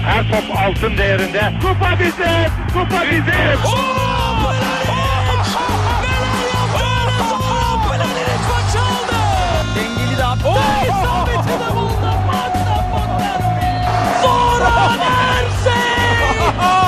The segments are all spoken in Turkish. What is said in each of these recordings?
Her top altın değerinde. Kupa bizim, kupa bizim. Maç aldı. Dengeli de attı. İsabetine buldu. Zoran Ersen.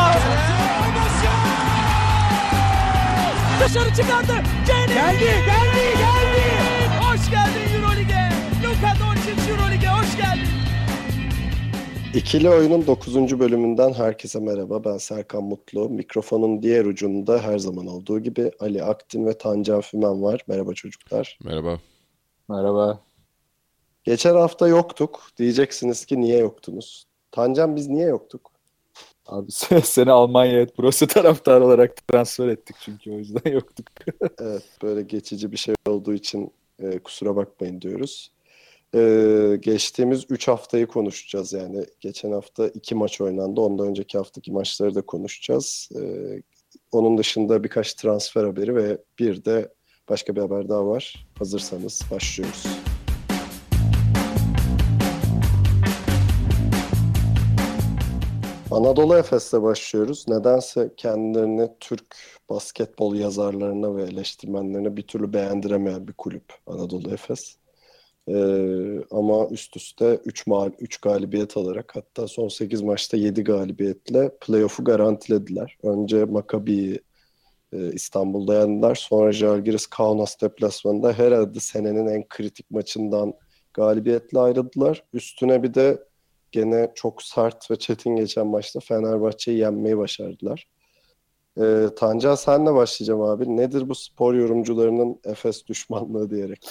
Dışarı çıkardı. Geldi. Hoş geldin Euroleague'e. Luka Doncic Euroleague'e hoş geldin. İkili Oyun'un 9. bölümünden herkese merhaba. Ben Serkan Mutlu. Mikrofonun diğer ucunda her zaman olduğu gibi Ali Aktin ve Tancan Fümen var. Merhaba çocuklar. Merhaba. Merhaba. Geçen hafta yoktuk. Diyeceksiniz ki niye yoktunuz? Tancan biz niye yoktuk? Abi seni Almanya'ya burası taraftar olarak transfer ettik çünkü o yüzden yoktuk. Evet, böyle geçici bir şey olduğu için kusura bakmayın diyoruz. Geçtiğimiz 3 haftayı konuşacağız yani. Geçen hafta 2 maç oynandı. Ondan önceki haftaki maçları da konuşacağız. Onun dışında birkaç transfer haberi ve bir de başka bir haber daha var. Hazırsanız başlıyoruz. Anadolu Efes'le başlıyoruz. Nedense kendilerini Türk basketbol yazarlarına ve eleştirmenlerine bir türlü beğendiremeyen bir kulüp Anadolu Efes. Ama üst üste 3 galibiyet alarak, hatta son 8 maçta 7 galibiyetle playoff'u garantilediler. Önce Maccabi'yi İstanbul'da yendiler. Sonra Žalgiris Kaunas deplasmanında herhalde senenin en kritik maçından galibiyetle ayrıldılar. Üstüne bir de gene çok sert ve çetin geçen maçta Fenerbahçe'yi yenmeyi başardılar. Tancan senle başlayacağım abi. Nedir bu spor yorumcularının Efes düşmanlığı diyerek?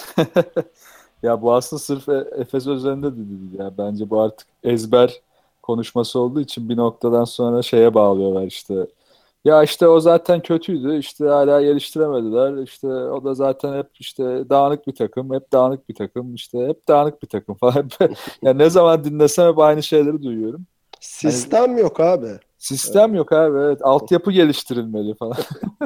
Ya bu aslında sırf Efes özelinde de değil ya. Bence bu artık ezber konuşması olduğu için bir noktadan sonra şeye bağlıyorlar işte. Ya işte o zaten kötüydü. İşte hala geliştiremediler. İşte o da zaten hep işte dağınık bir takım. Hep dağınık bir takım. İşte hep dağınık bir takım falan. Yani ne zaman dinlesem hep aynı şeyleri duyuyorum. Sistem yok abi. Sistem yok abi. Evet. Altyapı geliştirilmeli falan.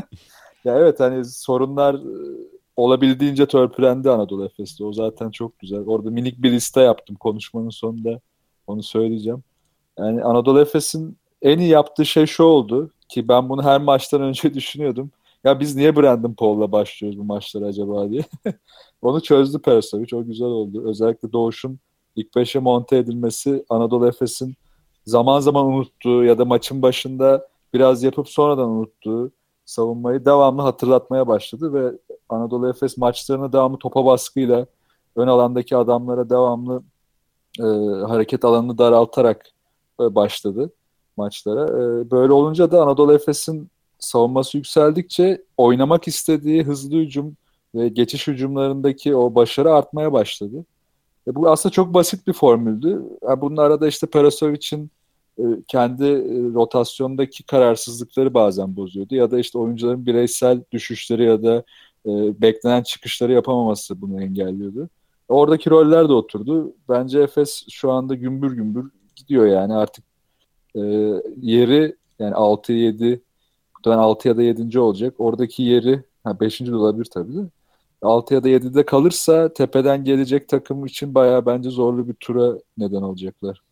Ya evet hani sorunlar olabildiğince törpülendi Anadolu Efes'te. O zaten çok güzel. Orada minik bir liste yaptım konuşmanın sonunda. Onu söyleyeceğim. Yani Anadolu Efes'in en iyi yaptığı şey şu oldu ki ben bunu her maçtan önce düşünüyordum. Ya biz niye Brandon Paul'la başlıyoruz bu maçlara acaba diye. Onu çözdü Perasovic. O güzel oldu. Özellikle Doğuş'un ilk beşe monte edilmesi Anadolu Efes'in zaman zaman unuttuğu ya da maçın başında biraz yapıp sonradan unuttuğu savunmayı devamlı hatırlatmaya başladı ve Anadolu Efes maçlarına devamlı topa baskıyla ön alandaki adamlara devamlı e, hareket alanını daraltarak başladı maçlara. Böyle olunca da Anadolu Efes'in savunması yükseldikçe oynamak istediği hızlı hücum ve geçiş hücumlarındaki o başarı artmaya başladı. Bu aslında çok basit bir formüldü. Bunun arada işte Perasovic'in kendi rotasyondaki kararsızlıkları bazen bozuyordu. Ya da işte oyuncuların bireysel düşüşleri ya da beklenen çıkışları yapamaması bunu engelliyordu. Oradaki roller de oturdu. Bence Efes şu anda gümbür gümbür gidiyor yani artık e, yeri yani 6-7 muhtemelen 6 ya da 7. olacak. Oradaki yeri 5. de olabilir tabii de. 6 ya da 7'de kalırsa tepeden gelecek takım için bayağı bence zorlu bir tura neden olacaklar.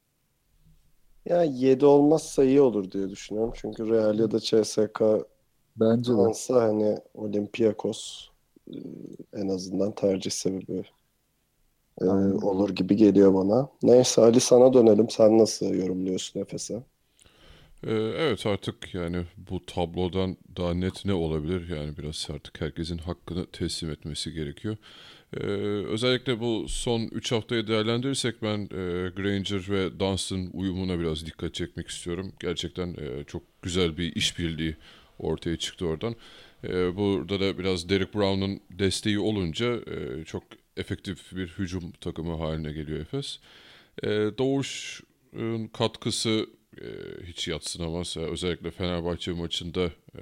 Ya 7 olmazsa iyi olur diye düşünüyorum. Çünkü Real ya da CSKA Bence de. kalsa hani Olympiakos en azından tercih sebebi Aynen. olur gibi geliyor bana. Neyse Ali, sana dönelim. Sen nasıl yorumluyorsun Efes'e? Evet, artık yani bu tablodan daha net ne olabilir? Yani biraz artık herkesin hakkını teslim etmesi gerekiyor. Özellikle bu son 3 haftayı değerlendirirsek ben Granger ve Dunstan uyumuna biraz dikkat çekmek istiyorum. Gerçekten çok güzel bir işbirliği ortaya çıktı oradan. Burada da biraz Derrick Brown'un desteği olunca çok efektif bir hücum takımı haline geliyor Efes. Doğuş'un katkısı hiç yadsınamaz. Özellikle Fenerbahçe maçında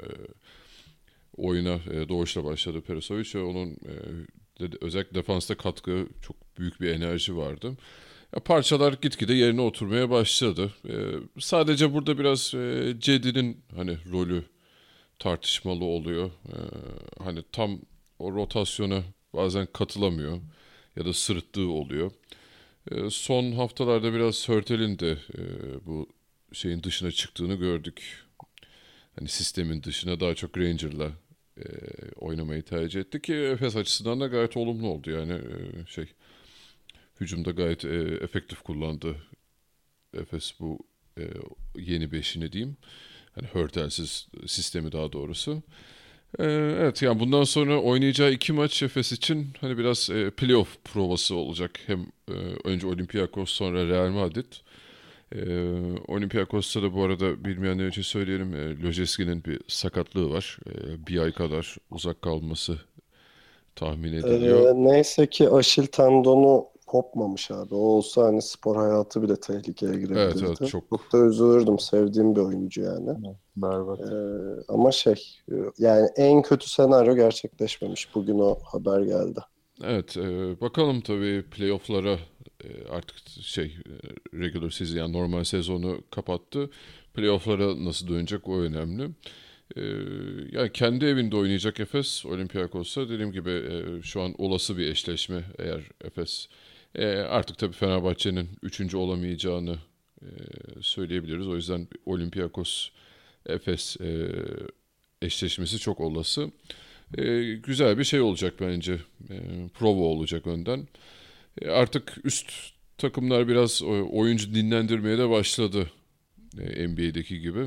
oyuna Doğuş'la başladı Perasovic ve onun özellikle defansta katkı, çok büyük bir enerji vardı. Ya, parçalar gitgide yerine oturmaya başladı. Sadece burada biraz Cedi'nin hani rolü tartışmalı oluyor. Hani tam o rotasyona bazen katılamıyor ya da sırıttığı oluyor. Son haftalarda biraz Hurtel'in de bu şeyin dışına çıktığını gördük. Hani sistemin dışına daha çok Ranger'la oynamayı tercih etti ki Efes açısından da gayet olumlu oldu. Yani hücumda gayet efektif kullandı Efes bu yeni beşini diyeyim. Hani Hurtel'siz sistemi daha doğrusu. Evet yani bundan sonra oynayacağı 2 maç Efes için hani biraz playoff provası olacak. Hem önce Olympiakos sonra Real Madrid. Olympiakos'ta da bu arada bilmeyenler için söyleyelim. Lojeski'nin bir sakatlığı var. Bir ay kadar uzak kalması tahmin ediliyor. Neyse ki Aşil tendonu kopmamış abi. O olsa hani spor hayatı bile tehlikeye Evet girebilirdi. çok Çok da üzülürdüm. Sevdiğim bir oyuncu yani. Berbat. Ama yani en kötü senaryo gerçekleşmemiş. Bugün o haber geldi. evet bakalım tabii playoff'lara artık regular season yani normal sezonu kapattı. Playoff'lara nasıl dönecek o önemli. Yani kendi evinde oynayacak Efes Olympiakos'a dediğim gibi şu an olası bir eşleşme eğer Efes artık tabii Fenerbahçe'nin 3. olamayacağını söyleyebiliriz. O yüzden Olympiakos Efes eşleşmesi çok olası. Güzel bir şey olacak bence. Prova olacak önden. Artık üst takımlar biraz oyuncu dinlendirmeye de başladı. NBA'deki gibi.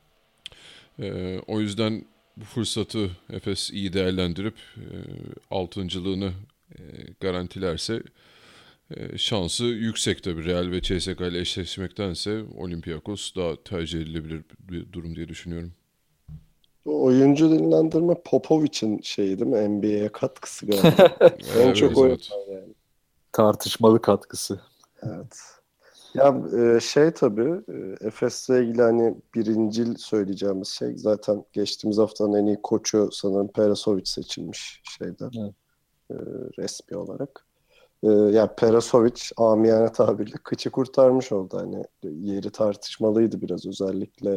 O yüzden bu fırsatı Efes iyi değerlendirip altıncılığını garantilerse şansı yüksek tabii. Real ve CSKA ile eşleşmektense Olympiakos daha tercih edilebilir bir durum diye düşünüyorum. Bu oyuncu dinlendirme Popovic'in şeyi değil mi? NBA'ye katkısı galiba. En Evet, çok oyun evet. yani. Tartışmalı katkısı. Evet. Ya tabii Efes'le ilgili hani birincil söyleyeceğimiz şey zaten geçtiğimiz haftanın en iyi koçu sanırım Perasovic seçilmiş şeyde Evet. resmi olarak. Yani Perasovic amiyane tabirle kıçı kurtarmış oldu. Hani yeri tartışmalıydı biraz özellikle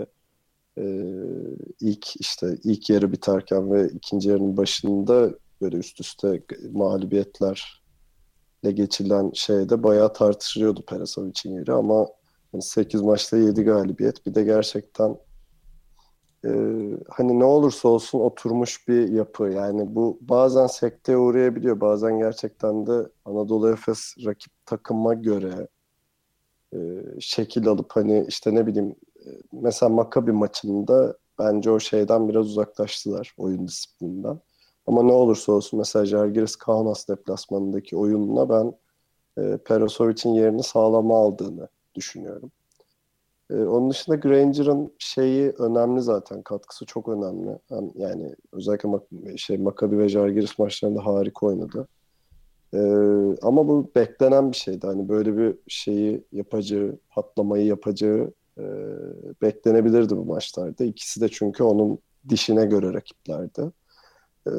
ilk yarı biterken ve ikinci yarının başında böyle üst üste mağlubiyetlerle geçilen şeyde bayağı tartışılıyordu Perasovic'in yeri ama hani 8 maçta 7 galibiyet bir de gerçekten hani ne olursa olsun oturmuş bir yapı. Yani bu bazen sekteye uğrayabiliyor. Bazen gerçekten de Anadolu Efes rakip takıma göre şekil alıp hani işte ne bileyim mesela Maccabi maçında bence o şeyden biraz uzaklaştılar oyun disiplininden. Ama ne olursa olsun mesela Žalgiris Kaunas deplasmanındaki oyununa ben Perasovic'in yerini sağlama aldığını düşünüyorum. Onun dışında Granger'ın şeyi önemli zaten. Katkısı çok önemli. Yani özellikle Maccabi ve Žalgiris maçlarında harika oynadı. Ama bu beklenen bir şeydi. Hani böyle bir şeyi yapacağı, patlamayı yapacağı beklenebilirdi bu maçlarda. İkisi de çünkü onun dişine göre rakiplerdi. Ee,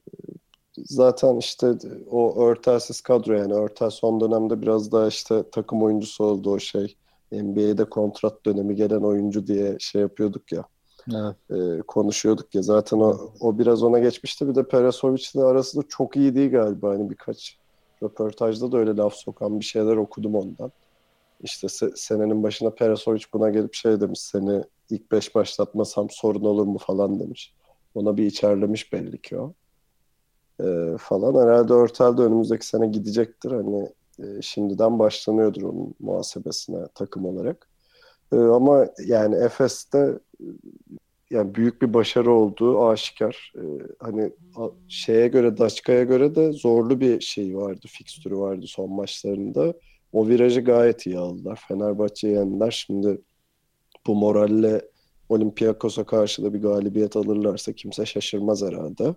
Zaten işte o Örtel'siz kadro yani Örtel son dönemde biraz daha işte takım oyuncusu oldu o şey. NBA'de kontrat dönemi gelen oyuncu diye şey yapıyorduk ya. Evet. Konuşuyorduk ya. Zaten o biraz ona geçmişti. Bir de Perasovic'le arası da çok iyi değil galiba. Hani birkaç röportajda da öyle laf sokan bir şeyler okudum ondan. İşte senenin başına Perasovic buna gelip şey demiş. Seni ilk 5 başlatmasam sorun olur mu falan demiş. Ona bir içerlemiş belli ki o. Falan. Herhalde Örtel de önümüzdeki sene gidecektir. Hani şimdiden başlanıyordur onun muhasebesine takım olarak. Ama yani Efes'te yani büyük bir başarı olduğu aşikar. Hani şeye göre Daçka'ya göre de zorlu bir şey vardı, fikstürü vardı son maçlarında. O virajı gayet iyi aldılar. Fenerbahçe'yi yendiler. Şimdi bu moralle Olympiakos'a karşı da bir galibiyet alırlarsa kimse şaşırmaz herhalde.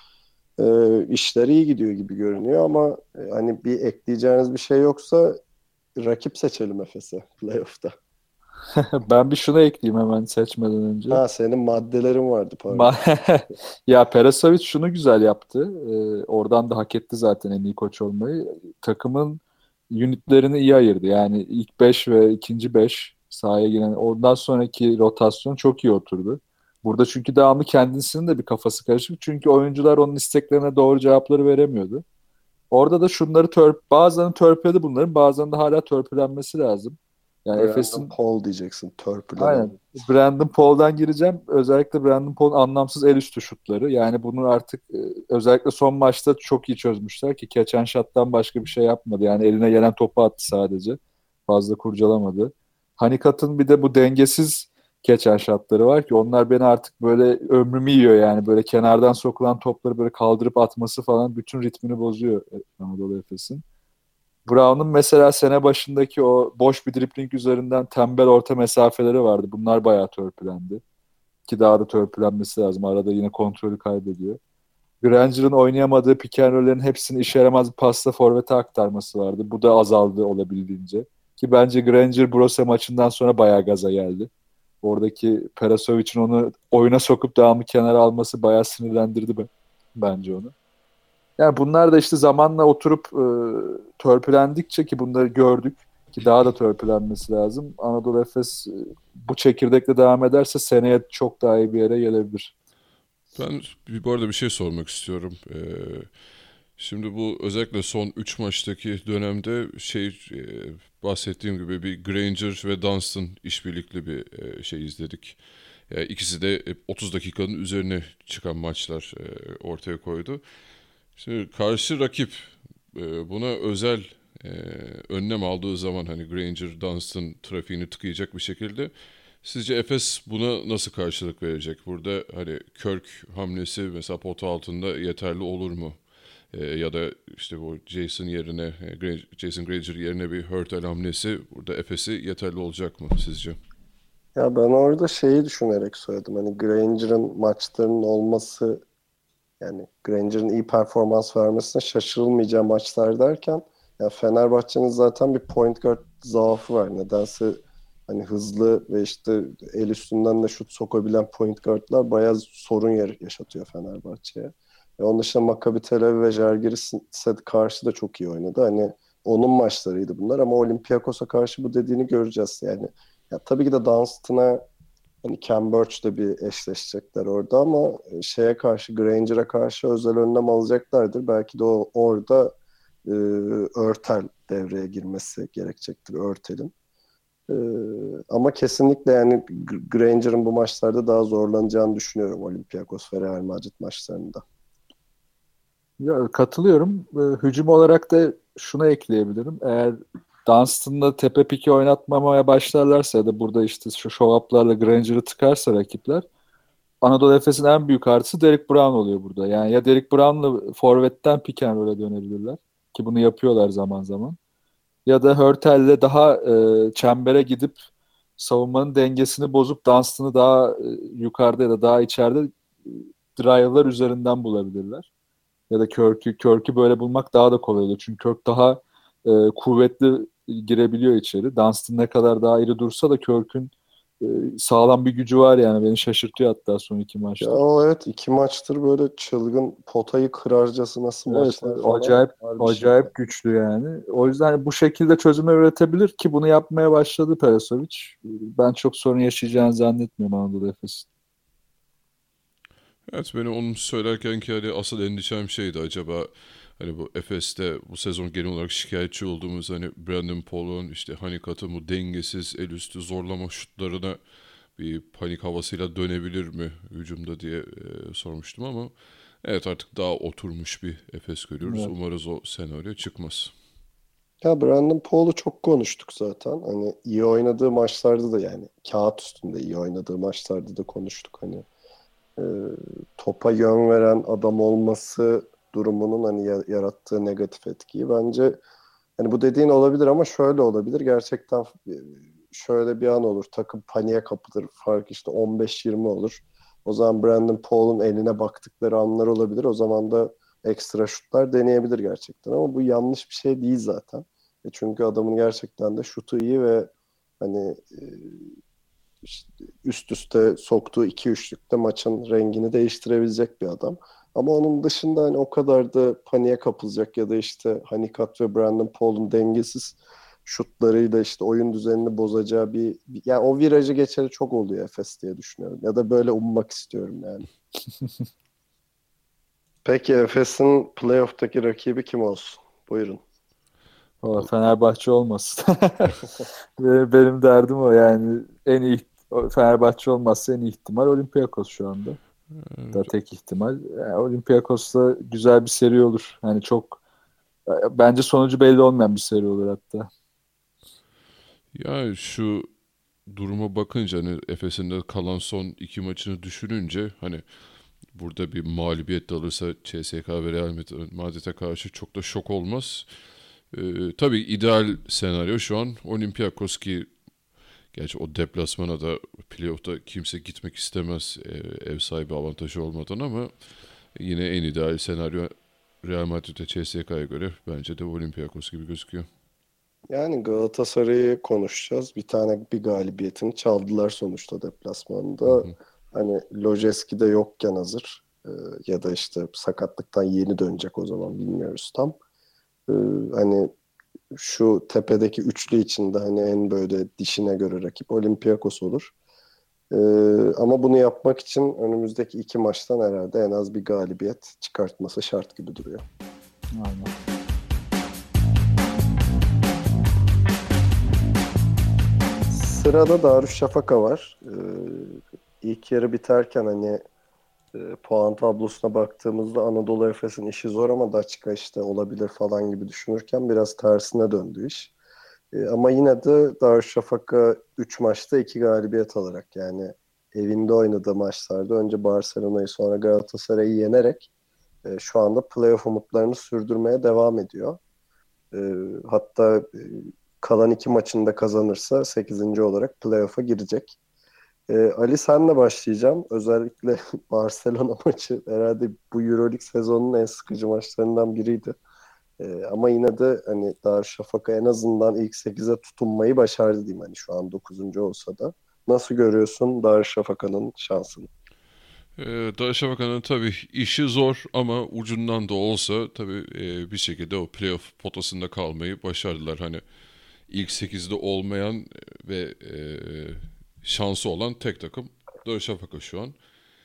İşler iyi gidiyor gibi görünüyor ama hani bir ekleyeceğiniz bir şey yoksa rakip seçelim Efes'e playoff'ta. Ben bir şunu ekleyeyim hemen seçmeden önce. Ha senin maddelerin vardı pardon. Ya Perasovic şunu güzel yaptı. Oradan da hak etti zaten en iyi koç olmayı. Takımın unitlerini iyi ayırdı. Yani ilk 5 ve ikinci 5 sahaya giren ondan sonraki rotasyon çok iyi oturdu. Burada çünkü devamlı kendisinin de bir kafası karışık. Çünkü oyuncular onun isteklerine doğru cevapları veremiyordu. Orada da şunları bazılarını törpüledi bunların, bazılarının da hala törpülenmesi lazım. Yani Brandon Efes'in Paul diyeceksin. Törpülen. aynen Brandon Paul'dan gireceğim. Özellikle Brandon Paul'un anlamsız el üstü şutları. Yani bunu artık özellikle son maçta çok iyi çözmüşler ki catch and shot'tan başka bir şey yapmadı. Yani eline gelen topu attı sadece. Fazla kurcalamadı. Honeycutt'ın bir de bu dengesiz catch and shot'ları var ki onlar beni artık böyle ömrümü yiyor yani. Böyle kenardan sokulan topları böyle kaldırıp atması falan bütün ritmini bozuyor Anadolu Efes'in. Brown'un mesela sene başındaki o boş bir dribling üzerinden tembel orta mesafeleri vardı. Bunlar bayağı törpülendi. Ki daha da törpülenmesi lazım. Arada yine kontrolü kaybediyor. Granger'ın oynayamadığı pick and roll'lerin hepsini işe yaramaz bir pasla forvete aktarması vardı. Bu da azaldı olabildiğince. Ki bence Granger Brose maçından sonra bayağı gaza geldi. Oradaki Perasovic'in onu oyuna sokup devamlı kenara alması bayağı sinirlendirdi bence onu. Yani bunlar da işte zamanla oturup törpülendikçe ki bunları gördük ki daha da törpülenmesi lazım. Anadolu Efes bu çekirdekle devam ederse seneye çok daha iyi bir yere gelebilir. Ben bu arada bir şey sormak istiyorum. Şimdi bu özellikle son 3 maçtaki dönemde bahsettiğim gibi bir Granger ve Dunstan işbirlikli bir şey izledik. İkisi de 30 dakikanın üzerine çıkan maçlar ortaya koydu. Şimdi karşı rakip buna özel önlem aldığı zaman hani Granger, Dunstan trafiğini tıkayacak bir şekilde sizce Efes buna nasıl karşılık verecek? Burada hani Kirk hamlesi mesela pota altında yeterli olur mu? Ya da işte bu Jason Granger yerine bir Hurtel hamlesi burada Efes'i yeterli olacak mı sizce? Ya ben orada şeyi düşünerek söyledim. Hani Granger'ın maçlarının olması, yani Granger'ın iyi performans vermesine şaşırılmayacağı maçlar derken ya Fenerbahçe'nin zaten bir point guard zaafı var. Nedense hani hızlı ve işte el üstünden de şut sokabilen point guardlar bayağı sorun yaşatıyor Fenerbahçe'ye. Onun dışında Maccabi Tel Aviv ve Žalgiris'e karşı da çok iyi oynadı. Hani onun maçlarıydı bunlar ama Olympiakos'a karşı bu dediğini göreceğiz. Yani ya tabii ki de Dunstan'a hani Cam Birch'le bir eşleşecekler orada ama şeye karşı, Granger'a karşı özel önlem alacaklardır. Belki de orada Örtel devreye girmesi gerekecektir, Örtel'in. E, Ama kesinlikle yani Granger'ın bu maçlarda daha zorlanacağını düşünüyorum, Olympiakos ve Real Madrid maçlarında. Ya, katılıyorum. Hücum olarak da şunu ekleyebilirim. Eğer Dunstan'la tepe piki oynatmamaya başlarlarsa ya da burada işte şu show-up'larla Granger'ı tıkarsa rakipler Anadolu Efes'in en büyük artısı Derek Brown oluyor burada. Yani ya Derek Brown'la forvetten pick and roll'e dönebilirler ki bunu yapıyorlar zaman zaman. Ya da Hurtel'le daha çembere gidip savunmanın dengesini bozup Dunstan'ı daha yukarıda ya da daha içeride drive'lar üzerinden bulabilirler. Ya da Kirk'ü böyle bulmak daha da kolay oluyor. Çünkü Kirk daha kuvvetli girebiliyor içeri. Dunstan ne kadar daha iri dursa da Kirk'ün sağlam bir gücü var yani. Beni şaşırtıyor hatta son iki Ya maçta. o evet, 2 maçtır böyle çılgın potayı kırarcasına Evet, maçlar falan. acayip Var bir şey. acayip güçlü yani. O yüzden bu şekilde çözüme üretebilir ki bunu yapmaya başladı Perasovic. Ben çok sorun yaşayacağını zannetmiyorum Anadolu Efes'in. Evet, beni onu söylerken ki hani asıl endişem şeydi, acaba hani bu Efes'te bu sezon genel olarak şikayetçi olduğumuz hani Brandon Paul'un işte Honeycutt'ın bu dengesiz el üstü zorlama şutlarına bir panik havasıyla dönebilir mi hücumda diye sormuştum ama evet, artık daha oturmuş bir Efes görüyoruz. Evet. Umarız o senaryo çıkmaz. Ya Brandon Paul'u çok konuştuk zaten. Hani iyi oynadığı maçlarda da, yani kağıt üstünde iyi oynadığı maçlarda da konuştuk. Hani e, topa yön veren adam olması durumunun hani yarattığı negatif etkiyi. Bence hani bu dediğin olabilir ama şöyle olabilir. Gerçekten şöyle bir an olur. Takım paniğe kapılır. Fark işte 15-20 olur. O zaman Brandon Paul'un eline baktıkları anlar olabilir. O zaman da ekstra şutlar deneyebilir gerçekten. Ama bu yanlış bir şey değil zaten. Çünkü adamın gerçekten de şutu iyi ve hani işte üst üste soktuğu 2-3'lükte maçın rengini değiştirebilecek bir adam. Ama onun dışında hani o kadar da paniğe kapılacak ya da işte Honeycutt ve Brandon Paul'un dengesiz şutlarıyla işte oyun düzenini bozacağı yani o virajı geçeri çok oluyor Efes diye düşünüyorum. Ya da böyle ummak istiyorum yani. Peki Efes'in playoff'taki rakibi kim olsun? Buyurun. Valla Fenerbahçe olmasın. Benim derdim o yani. En iyi Fenerbahçe olmazsa en iyi ihtimal Olympiakos şu anda. Da tek ihtimal. Yani Olympiakos'ta güzel bir seri olur. Yani çok bence sonucu belli olmayan bir seri olur hatta. Ya şu duruma bakınca hani Efes'in de kalan son 2 maçını düşününce hani burada bir mağlubiyet de alırsa CSKA ve Real Madrid'e karşı çok da şok olmaz. Tabii ideal senaryo şu an Olympiakos ki gerçi o deplasmana da playoff'ta kimse gitmek istemez ev sahibi avantajı olmadan ama yine en ideal senaryo Real Madrid'e CSKA'ya göre bence de Olympiakos gibi gözüküyor. Yani Galatasaray'ı konuşacağız. Bir galibiyetini çaldılar sonuçta Hı deplasmanda. hı. Hani Lojeski de yokken hazır. Ya da işte sakatlıktan yeni dönecek o zaman bilmiyoruz tam. Ee, Hani şu tepedeki üçlü içinde hani en böyle dişine göre rakip Olympiakos olur. Ee, Ama bunu yapmak için önümüzdeki 2 maçtan herhalde en az bir galibiyet çıkartması şart gibi duruyor. Aynen. Sırada Darüşşafaka var. İlk yarı biterken hani puan tablosuna baktığımızda Anadolu Efes'in işi zor ama Daçka işte olabilir falan gibi düşünürken biraz tersine döndü iş. Ama yine de Darüşşafaka 3 maçta 2 galibiyet alarak yani evinde oynadığı maçlarda önce Barcelona'yı sonra Galatasaray'ı yenerek şu anda playoff umutlarını sürdürmeye devam ediyor. E, Hatta kalan 2 maçını da kazanırsa 8. olarak playoff'a girecek. Ali senle başlayacağım. Özellikle Barcelona maçı herhalde bu EuroLeague sezonunun en sıkıcı maçlarından biriydi. Ama yine de hani Darüşşafaka en azından ilk 8'e tutunmayı başardı diyeyim hani şu an 9. olsa da. Nasıl görüyorsun Darüşşafaka'nın şansını? Darüşşafaka'nın tabii işi zor ama ucundan da olsa tabii bir şekilde o playoff potasında kalmayı başardılar. Hani ilk 8'de olmayan ve şansı olan tek takım Darüşşafaka şu an.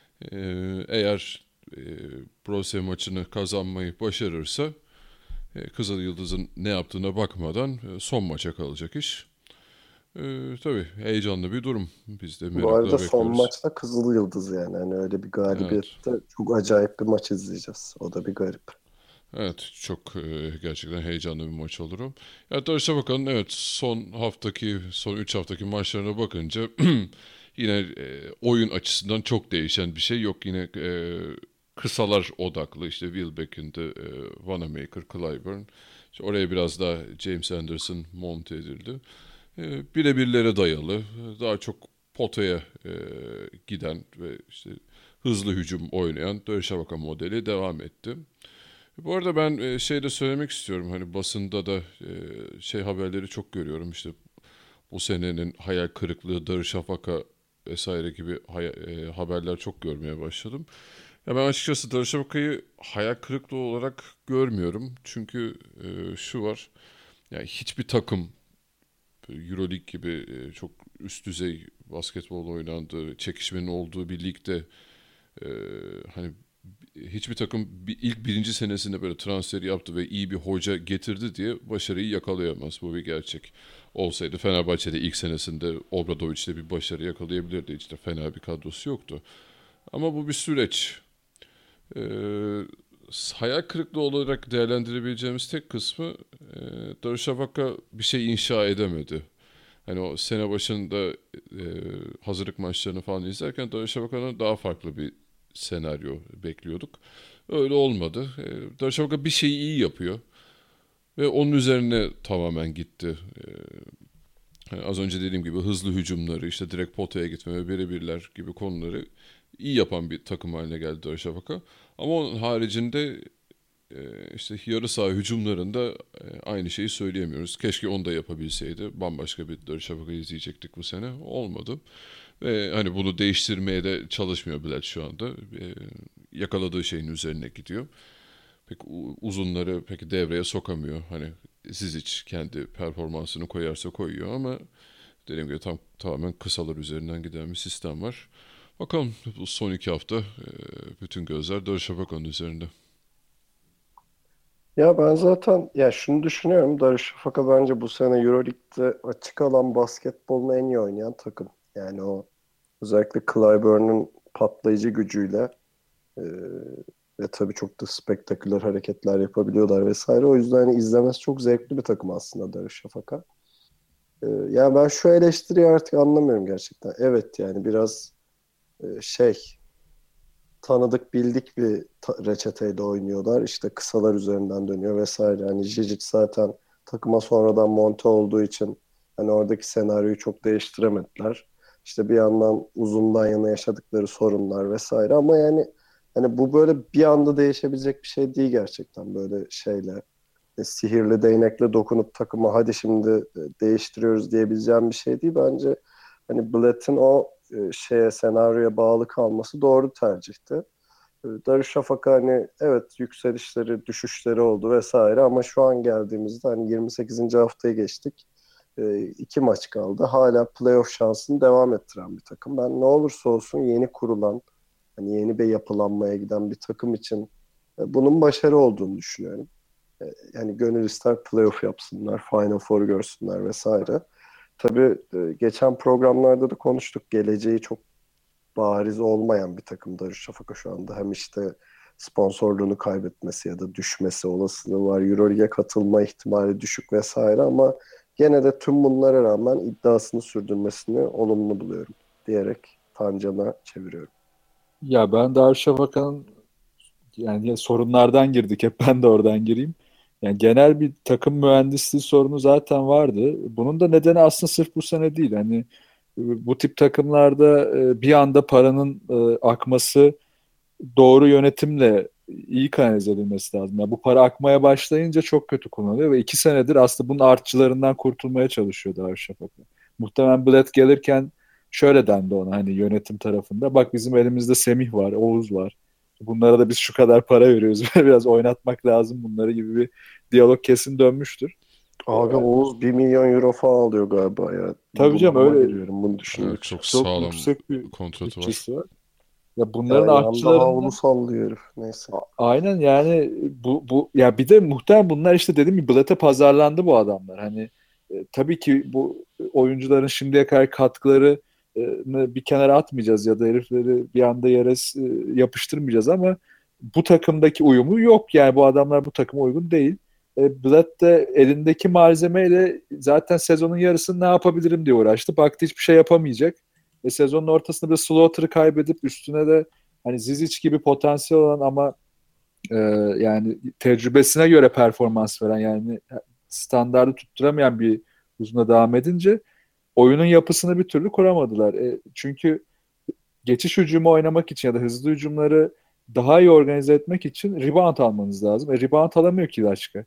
Eğer Brose maçını kazanmayı başarırsa Kızıl Yıldız'ın ne yaptığına bakmadan son maça kalacak iş. Tabii heyecanlı bir durum. Biz de Bu arada merakla son bekliyoruz. maçta Kızıl Yıldız yani. Hani öyle bir Evet. galibiyette çok acayip bir maç izleyeceğiz. O da bir garip. Evet, çok gerçekten heyecanlı bir maç olur o. Ya Darüşşafaka'nın evet son 3 haftaki maçlarına bakınca yine oyun açısından çok değişen bir şey yok. Yine kısalar odaklı işte Wilbeck'in de Wanamaker, Clyburn. İşte oraya biraz daha James Anderson monte edildi. Birebirlere dayalı, daha çok potaya giden ve işte hızlı hücum oynayan Darüşşafaka modeli devam etti. Bu arada ben şey de söylemek istiyorum. Hani basında da şey haberleri çok görüyorum. İşte bu senenin hayal kırıklığı, Darüşşafaka vesaire gibi haberler çok görmeye başladım. Ya ben açıkçası Darüşşafaka'yı hayal kırıklığı olarak görmüyorum. Çünkü şu var. Yani hiçbir takım EuroLeague gibi çok üst düzey basketbol oynandığı, çekişmenin olduğu bir ligde e, hani hiçbir takım ilk birinci senesinde böyle transferi yaptı ve iyi bir hoca getirdi diye başarıyı yakalayamaz. Bu bir gerçek. Olsaydı Fenerbahçe'de ilk senesinde Obradoviç'te bir başarı yakalayabilirdi. İşte fena bir kadrosu yoktu. Ama bu bir süreç. Ee, Hayal kırıklığı olarak değerlendirebileceğimiz tek kısmı Darüşşafaka bir şey inşa edemedi. Hani o sene başında hazırlık maçlarını falan izlerken Darüşşafaka'nın daha farklı bir senaryo bekliyorduk. Öyle olmadı. Darüşşafaka bir şeyi iyi yapıyor ve onun üzerine tamamen gitti. Hani az önce dediğim gibi hızlı hücumları, işte direkt potaya gitme ve birebirler gibi konuları iyi yapan bir takım haline geldi Darüşşafaka. Ama onun haricinde işte yarı saha hücumlarında aynı şeyi söyleyemiyoruz. Keşke onu da yapabilseydi. Bambaşka bir Darüşşafaka izleyecektik bu sene. Olmadı. Ve hani bunu değiştirmeye de çalışmıyor Bilet şu anda. Yakaladığı şeyin üzerine gidiyor. Pek uzunları pek devreye sokamıyor. Hani Zizic kendi performansını koyarsa koyuyor ama dediğim gibi tamamen kısalar üzerinden giden bir sistem var. Bakalım bu son 2 hafta bütün gözler Darüşşafaka'nın üzerinde. Ya ben zaten ya şunu düşünüyorum. Darüşşafaka bence bu sene Euroleague'de açık alan basketbolunu en iyi oynayan takım. Yani o özellikle Clyburn'un patlayıcı gücüyle e, ve tabii çok da spektaküler hareketler yapabiliyorlar vesaire. O yüzden hani izlemesi çok zevkli bir takım aslında Darüşşafaka. Yani ben şu eleştiriyi artık anlamıyorum gerçekten. Evet yani biraz şey tanıdık bildik bir reçeteyle oynuyorlar. İşte kısalar üzerinden dönüyor vesaire. Hani Žižić zaten takıma sonradan monte olduğu için hani oradaki senaryoyu çok değiştiremediler. İşte bir yandan uzundan yana yaşadıkları sorunlar vesaire ama yani hani bu böyle bir anda değişebilecek bir şey değil gerçekten böyle şeyle sihirli değnekle dokunup takıma hadi şimdi değiştiriyoruz diyebileceğim bir şey değil. Bence hani Blatt'in o senaryoya bağlı kalması doğru tercihti. Darüşşafaka hani evet yükselişleri, düşüşleri oldu vesaire ama şu an geldiğimizde hani 28. haftaya geçtik. 2 maç kaldı. Hala playoff şansını devam ettiren bir takım. Ben ne olursa olsun yeni kurulan, hani yeni bir yapılanmaya giden bir takım için bunun başarı olduğunu düşünüyorum. Yani gönül ister playoff yapsınlar, Final Four görsünler vesaire. Tabii geçen programlarda da konuştuk. Geleceği çok bariz olmayan bir takım Darüşşafaka şu anda. Hem işte sponsorluğunu kaybetmesi ya da düşmesi olasılığı var. Euroleague'e katılma ihtimali düşük vesaire ama gene de tüm bunlara rağmen iddiasını sürdürmesini olumlu buluyorum diyerek Tancan'a çeviriyorum. Ya ben Darüşşafaka'nın yani sorunlardan girdik. Hep ben de oradan gireyim. Yani genel bir takım mühendisliği sorunu zaten vardı. Bunun da nedeni aslında sırf bu sene değil. Hani bu tip takımlarda bir anda paranın akması doğru yönetimle iyi kanalize edilmesi lazım. Yani bu para akmaya başlayınca çok kötü kullanılıyor ve 2 senedir aslında bunun artçılarından kurtulmaya çalışıyor Darüşşafaka. Muhtemelen Bled gelirken şöyle dendi ona hani yönetim tarafında. Bak bizim elimizde Semih var, Oğuz var. Bunlara da biz şu kadar para veriyoruz. Biraz oynatmak lazım bunları gibi bir diyalog kesin dönmüştür. Abi Oğuz 1 milyon euro falan alıyor galiba ya. Tabii canım Bunalıma öyle giriyorum bunu Evet, düşündükçe. çok çok sağlam yüksek bir kontratı var. bütçesi var. Ya Ya bunların yanında havlu artçılarından sallıyor herif. Neyse. aynen yani bu ya bir de muhtemelen bunlar işte dediğim gibi Blatt'e pazarlandı bu adamlar. Hani tabii ki bu oyuncuların şimdiye kadar katkıları bir kenara atmayacağız ya da herifleri bir anda yere yapıştırmayacağız ama bu takımdaki uyumu yok. Yani bu adamlar bu takıma uygun değil. Blatt de elindeki malzemeyle zaten sezonun yarısını ne yapabilirim diye uğraştı. Baktı hiçbir şey yapamayacak. Sezonun ortasında bir Slaughter'ı kaybedip üstüne de hani Zizic gibi potansiyel olan ama e, yani tecrübesine göre performans veren yani standardı tutturamayan bir uzuna devam edince oyunun yapısını bir türlü kuramadılar. Çünkü geçiş hücumu oynamak için ya da hızlı hücumları daha iyi organize etmek için rebound almanız lazım. Rebound alamıyor ki başka.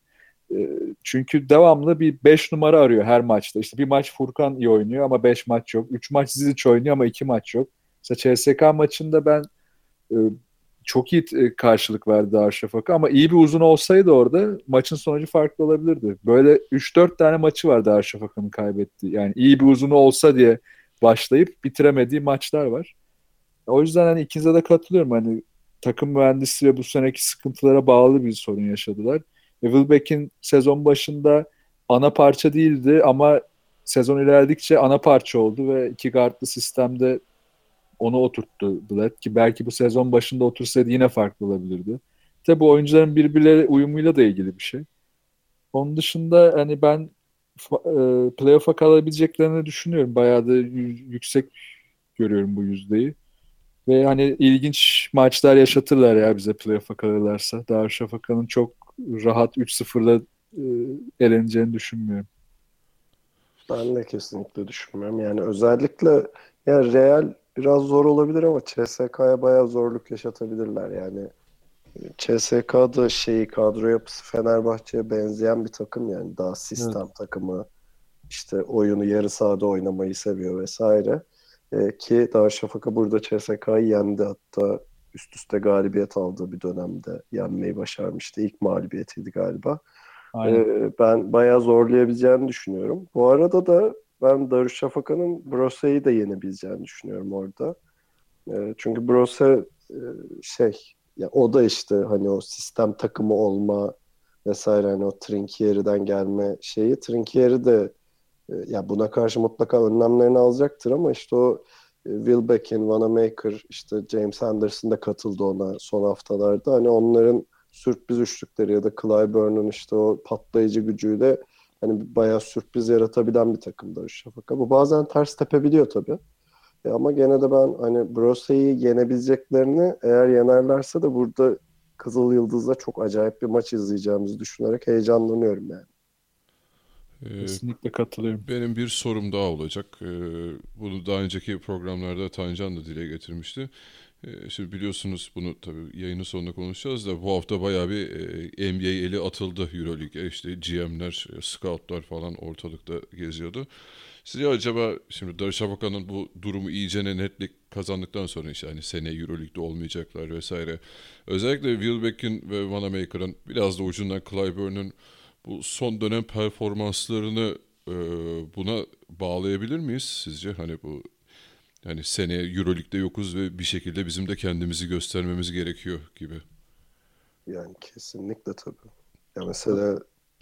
Çünkü devamlı bir 5 numara arıyor her maçta. İşte bir maç Furkan iyi oynuyor ama 5 maç yok. 3 maç Zizic oynuyor ama 2 maç yok. Mesela CSK maçında ben e, çok iyi karşılık verdi Darüşşafaka ama iyi bir uzun olsaydı orada maçın sonucu farklı olabilirdi. Böyle 3-4 tane maçı var Darüşşafaka'nın kaybettiği. Yani iyi bir uzunu olsa diye başlayıp bitiremediği maçlar var. O yüzden hani ikinize de katılıyorum. Hani takım mühendisliği ve bu seneki sıkıntılara bağlı bir sorun yaşadılar. Wilbeck'in sezon başında ana parça değildi ama sezon ilerledikçe ana parça oldu ve iki guardlı sistemde onu oturttu Blatt ki belki bu sezon başında otursaydı yine farklı olabilirdi. Tabi bu oyuncuların birbirleri uyumuyla da ilgili bir şey. Onun dışında hani ben playoff'a kalabileceklerini düşünüyorum. Bayağı da yüksek görüyorum bu yüzdeyi. Ve hani ilginç maçlar yaşatırlar ya bize playoff'a kalırlarsa. Darüşşafaka'nın çok rahat 3-0'la eleneceğini düşünmüyorum. Ben de kesinlikle düşünmüyorum. Yani özellikle ya Real biraz zor olabilir ama CSK'ya bayağı zorluk yaşatabilirler. Yani CSK'da kadro yapısı Fenerbahçe'ye benzeyen bir takım yani daha Evet. sistem takımı işte oyunu yarı sahada oynamayı seviyor vesaire. Ki Darüşşafaka burada CSK'yı yendi hatta üst üste galibiyet aldığı bir dönemde yenmeyi başarmıştı. İlk mağlubiyetiydi galiba. Aynen. Ben bayağı zorlayabileceğini düşünüyorum. Bu arada da ben Darüşşafaka'nın Brose'yi de yenebileceğini düşünüyorum orada. Çünkü Brose ya o da işte hani o sistem takımı olma vesaire, hani o Trinkieri'den gelme şeyi. Trinkieri de ya buna karşı mutlaka önlemlerini alacaktır ama işte o Wilbeck'in, Wanamaker, işte James Anderson da katıldı ona son haftalarda. Hani onların sürpriz üçlükleri ya da Clyburn'un işte o patlayıcı gücüyle hani bayağı sürpriz yaratabilen bir takım Darüşşafaka. Bu bazen ters tepebiliyor tabii. Ama gene de ben hani Brose'yi yenebileceklerini, eğer yenerlerse de burada Kızıl Yıldız'la çok acayip bir maç izleyeceğimizi düşünerek heyecanlanıyorum yani. Kesinlikle katılıyorum. Benim bir sorum daha olacak. Bunu daha önceki programlarda Tancan da dile getirmişti. Şimdi biliyorsunuz, bunu tabii yayının sonunda konuşacağız da, bu hafta bayağı bir NBA eli atıldı Euroleague'e. İşte GM'ler, scoutlar falan ortalıkta geziyordu. Sizce acaba şimdi Darüşşafaka'nın bu durumu iyicene netlik kazandıktan sonra, işte hani sene Euroleague'de olmayacaklar vesaire. Özellikle Wilbeck'in ve Wanamaker'ın, biraz da ucundan Clyburn'un bu son dönem performanslarını buna bağlayabilir miyiz sizce? Hani bu, hani seneye Euroleague'de yokuz ve bir şekilde bizim de kendimizi göstermemiz gerekiyor gibi. Yani kesinlikle tabii. Ya mesela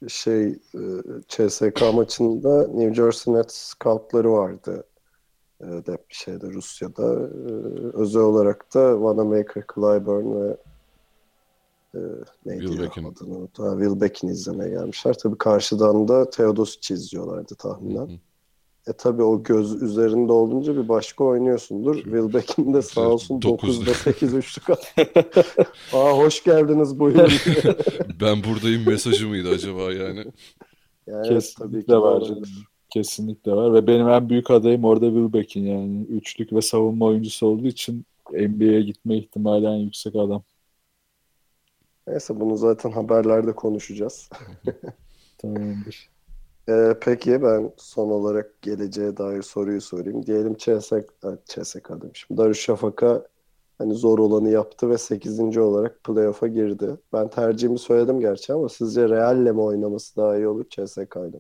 CSK maçında New Jersey Nets scoutları vardı. Rusya'da. Özel olarak da Wanamaker, Clyburn ve neydi ya Wilbeck'in. adını unuttum. Wilbeck'in izlemeye gelmişler. Tabii karşıdan da Teodosic'i izliyorlardı tahminen. Tabii o göz üzerinde olunca bir başka oynuyorsundur. Wilbeck'in de sağ olsun 9'da 8 üçlük attı. Hoş geldiniz, buyurun. Ben buradayım mesajı mıydı acaba yani? Yani Kesinlikle tabii ki var var. canım. Kesinlikle var ve benim en büyük adayım orada Wilbeck'in, yani üçlük ve savunma oyuncusu olduğu için NBA'ye gitme ihtimali en yüksek adam. Neyse, bunu zaten haberlerde konuşacağız. Tamamdır. Peki ben son olarak geleceğe dair soruyu sorayım. Diyelim CSK demişim. Darüşşafaka hani zor olanı yaptı ve 8. olarak playoff'a girdi. Ben tercihimi söyledim gerçi ama sizce Real'le mi oynaması daha iyi olur, CSK'yla mı?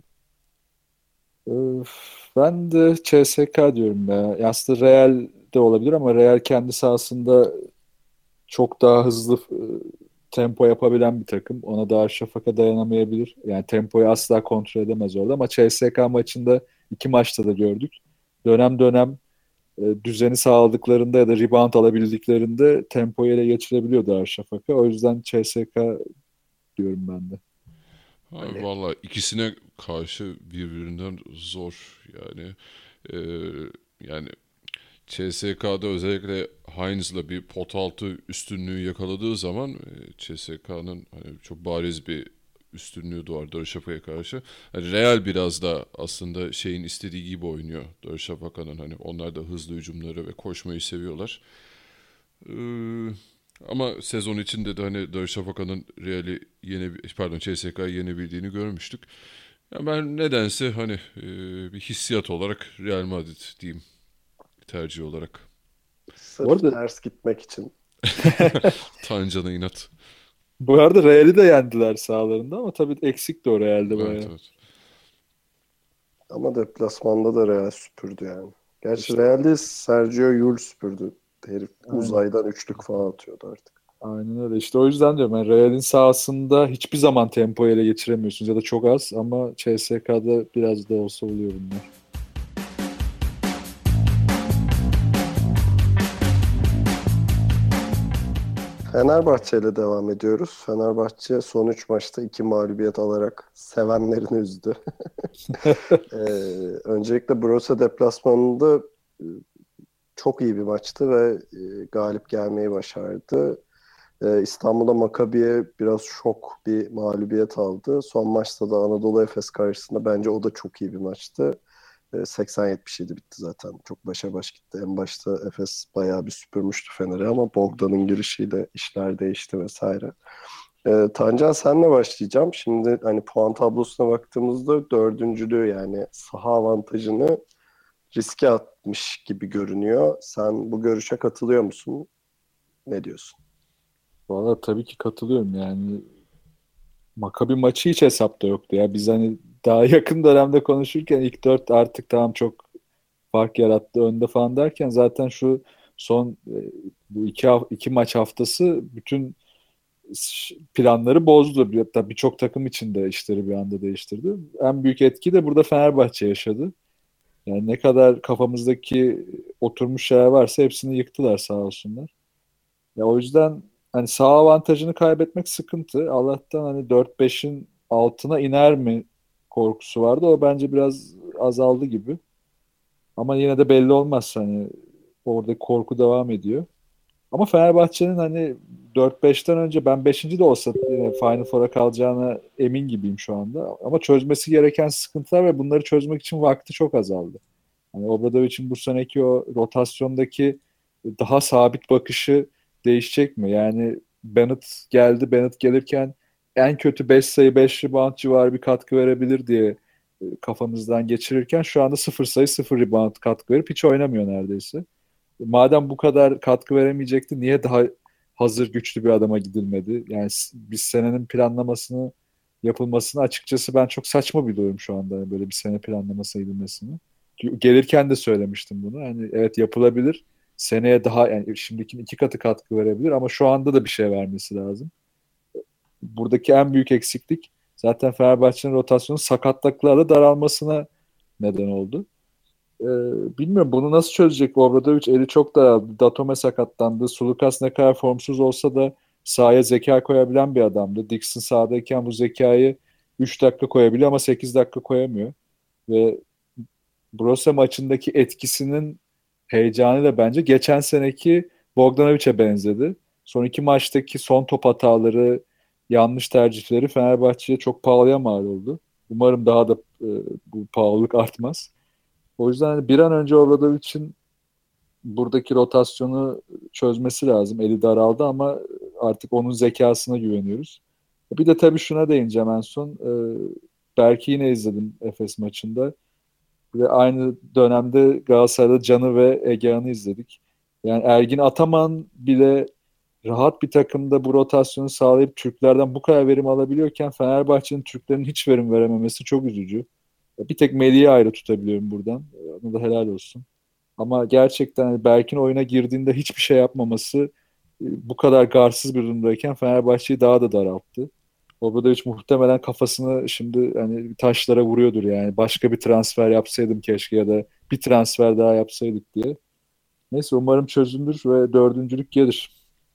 Ben de CSK diyorum ya. Aslında Real de olabilir ama Real kendi sahasında çok daha hızlı tempo yapabilen bir takım. Ona Darüşşafaka dayanamayabilir. Yani tempoyu asla kontrol edemez orada ama CSK maçında 2 maçta da gördük. Dönem dönem düzeni sağladıklarında ya da rebound alabildiklerinde tempoyu ele geçirebiliyor Darüşşafaka. O yüzden CSK diyorum ben de. Vallahi ikisine karşı birbirinden zor yani. Yani CSK'da özellikle Hines'la bir pot altı üstünlüğü yakaladığı zaman CSK'nın hani çok bariz bir üstünlüğü doğar Darüşşafaka'ya karşı. Hani Real biraz da aslında şeyin istediği gibi oynuyor Darüşşafaka'nın. Hani onlar da hızlı hücumları ve koşmayı seviyorlar. Ama sezon içinde de hani Darüşşafaka'nın CSK'yı yenebildiğini görmüştük. Ya ben nedense hani bir hissiyat olarak Real Madrid diyeyim, tercih olarak. Sırf arada- ters gitmek için. Tancan'a inat. Bu arada Real'i de yendiler sahalarında ama tabii eksik de o Real'de bayağı. Evet, evet. Ama deplasmanda da Real süpürdü yani. Gerçi İşte- Real'de Sergio Yul süpürdü. Herif Aynen. uzaydan üçlük falan atıyordu artık. Aynen öyle. İşte o yüzden diyorum, yani Real'in sahasında hiçbir zaman tempoyu ele geçiremiyorsunuz ya da çok az, ama CSK'da biraz da olsa oluyor bunlar. Fenerbahçe ile devam ediyoruz. Fenerbahçe son 3 maçta 2 mağlubiyet alarak sevenlerini üzdü. Öncelikle Borussia deplasmanında çok iyi bir maçtı ve galip gelmeyi başardı. İstanbul'da Maccabi'ye biraz şok bir mağlubiyet aldı. Son maçta da Anadolu Efes karşısında bence o da çok iyi bir maçtı. 80-77 bitti zaten. Çok başa baş gitti. En başta Efes bayağı bir süpürmüştü Fener'i ama Bogdan'ın girişiyle işler değişti vesaire. Tancan, senle başlayacağım. Şimdi hani puan tablosuna baktığımızda dördüncülüğü, yani saha avantajını riske atmış gibi görünüyor. Sen bu görüşe katılıyor musun? Ne diyorsun? Valla tabii ki katılıyorum yani. Maccabi maçı hiç hesapta yoktu ya. Biz hani daha yakın dönemde konuşurken ilk 4 artık tamam çok fark yarattı önde falan derken, zaten şu son bu iki maç haftası bütün planları bozdu. Hatta birçok takım için de işleri bir anda değiştirdi. En büyük etki de burada Fenerbahçe yaşadı. Yani ne kadar kafamızdaki oturmuş şeyler varsa hepsini yıktılar sağ olsunlar. Ya o yüzden hani sağ avantajını kaybetmek sıkıntı. Allah'tan hani 4-5'in altına iner mi korkusu vardı. O bence biraz azaldı gibi. Ama yine de belli olmaz hani orada korku devam ediyor. Ama Fenerbahçe'nin hani 4-5'ten önce ben 5. de olsa yine Final Four'a kalacağına emin gibiyim şu anda. Ama çözmesi gereken sıkıntılar ve bunları çözmek için vakti çok azaldı. Hani Obradovic'in bu seneki o rotasyondaki daha sabit bakışı değişecek mi? Yani Bennett geldi. Bennett gelirken en kötü 5 sayı 5 rebound civarı bir katkı verebilir diye kafamızdan geçirirken şu anda 0 sayı 0 rebound katkı verip hiç oynamıyor neredeyse. Madem bu kadar katkı veremeyecekti niye daha hazır güçlü bir adama gidilmedi? Yani biz senenin planlamasını yapılmasını açıkçası ben çok saçma buluyorum şu anda böyle bir sene planlaması gidilmesini. Gelirken de söylemiştim bunu. Yani evet yapılabilir. Seneye daha yani şimdikinin 2 katı katkı verebilir ama şu anda da bir şey vermesi lazım. Buradaki en büyük eksiklik zaten Fenerbahçe'nin rotasyonu sakatlıklarla daralmasına neden oldu. Bilmiyorum bunu nasıl çözecek Obradovic? Eli çok daraldı. Datome sakatlandı. Sulukas ne kadar formsuz olsa da sahaya zeka koyabilen bir adamdı. Dixon sahadayken bu zekayı 3 dakika koyabiliyor ama 8 dakika koyamıyor. Ve Brose maçındaki etkisinin heyecanıyla bence geçen seneki Bogdanovic'e benzedi. Son 2 maçtaki son top hataları, yanlış tercihleri Fenerbahçe'ye çok pahalıya mal oldu. Umarım daha da bu pahalılık artmaz. O yüzden hani bir an önce Obradovic'in buradaki rotasyonu çözmesi lazım. Eli daraldı ama artık onun zekasına güveniyoruz. Bir de tabii şuna değineceğim en son. Berk'i yine izledim Efes maçında. Ve aynı dönemde Galatasaray'da Can'ı ve Egehan'ı izledik. Yani Ergin Ataman bile rahat bir takımda bu rotasyonu sağlayıp Türklerden bu kadar verim alabiliyorken Fenerbahçe'nin Türklerin hiç verim verememesi çok üzücü. Bir tek Melih'i ayrı tutabiliyorum buradan. Ona da helal olsun. Ama gerçekten hani Berk'in oyuna girdiğinde hiçbir şey yapmaması bu kadar garsız bir durumdayken Fenerbahçe'yi daha da daralttı. Obradovic muhtemelen kafasını şimdi hani taşlara vuruyordur yani. Başka bir transfer yapsaydım keşke ya da bir transfer daha yapsaydık diye. Neyse umarım çözülür ve 4. gelir.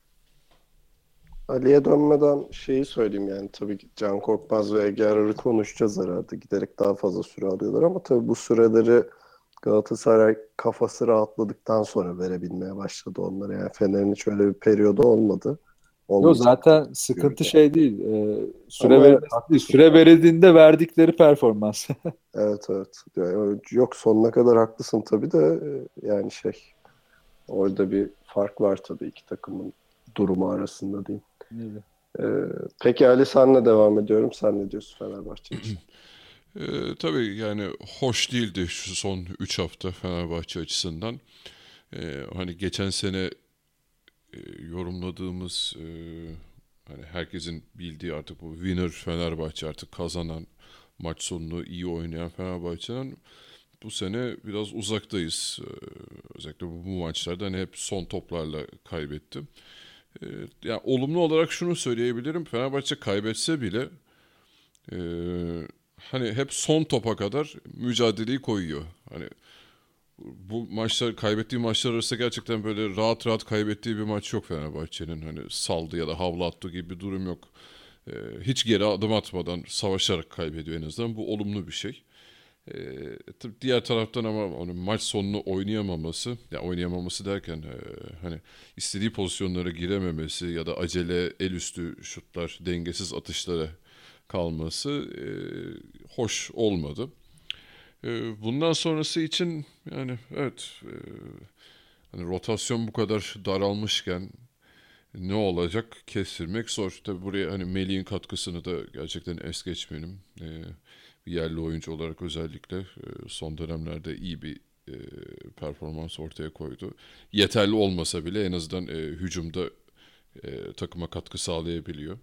Ali'ye dönmeden şeyi söyleyeyim yani tabii ki Can Korkmaz ve Ege Arar'ı konuşacağız herhalde. Giderek daha fazla süre alıyorlar ama tabii bu süreleri Galatasaray kafası rahatladıktan sonra verebilmeye başladı onlara. Yani Fener'in hiç öyle bir periyodu olmadı. Yok Olmayacak. zaten sıkıntı şey değil. Süre Ama evet, verilmesi, süre verildiğinde verdikleri performans. evet. Yani yok sonuna kadar haklısın tabii de yani orada bir fark var tabii iki takımın durumu arasında diyeyim. Peki Ali senle devam ediyorum. Sen ne diyorsun Fenerbahçe için? Tabii yani hoş değildi şu son 3 hafta Fenerbahçe açısından. Hani geçen sene yorumladığımız hani herkesin bildiği artık bu winner Fenerbahçe artık kazanan maç sonunu iyi oynayan Fenerbahçe'den bu sene biraz uzaktayız. Özellikle bu maçlarda hani hep son toplarla kaybetti. Yani olumlu olarak şunu söyleyebilirim. Fenerbahçe kaybetse bile hani hep son topa kadar mücadeleyi koyuyor. Hani bu maçlar kaybettiği maçlar arasında gerçekten böyle rahat rahat kaybettiği bir maç yok Fenerbahçe'nin. Hani saldı ya da havlu attı gibi bir durum yok. Hiç geri adım atmadan savaşarak kaybediyor en azından. Bu olumlu bir şey. Diğer taraftan ama onun maç sonunu oynayamaması, ya oynayamaması derken hani istediği pozisyonlara girememesi ya da acele el üstü şutlar, dengesiz atışlara kalması hoş olmadı. Bundan sonrası için yani evet hani rotasyon bu kadar daralmışken ne olacak kestirmek zor. Tabii buraya hani Melih'in katkısını da gerçekten es geçmeyelim. Bir yerli oyuncu olarak özellikle son dönemlerde iyi bir performans ortaya koydu. Yeterli olmasa bile en azından hücumda takıma katkı sağlayabiliyor.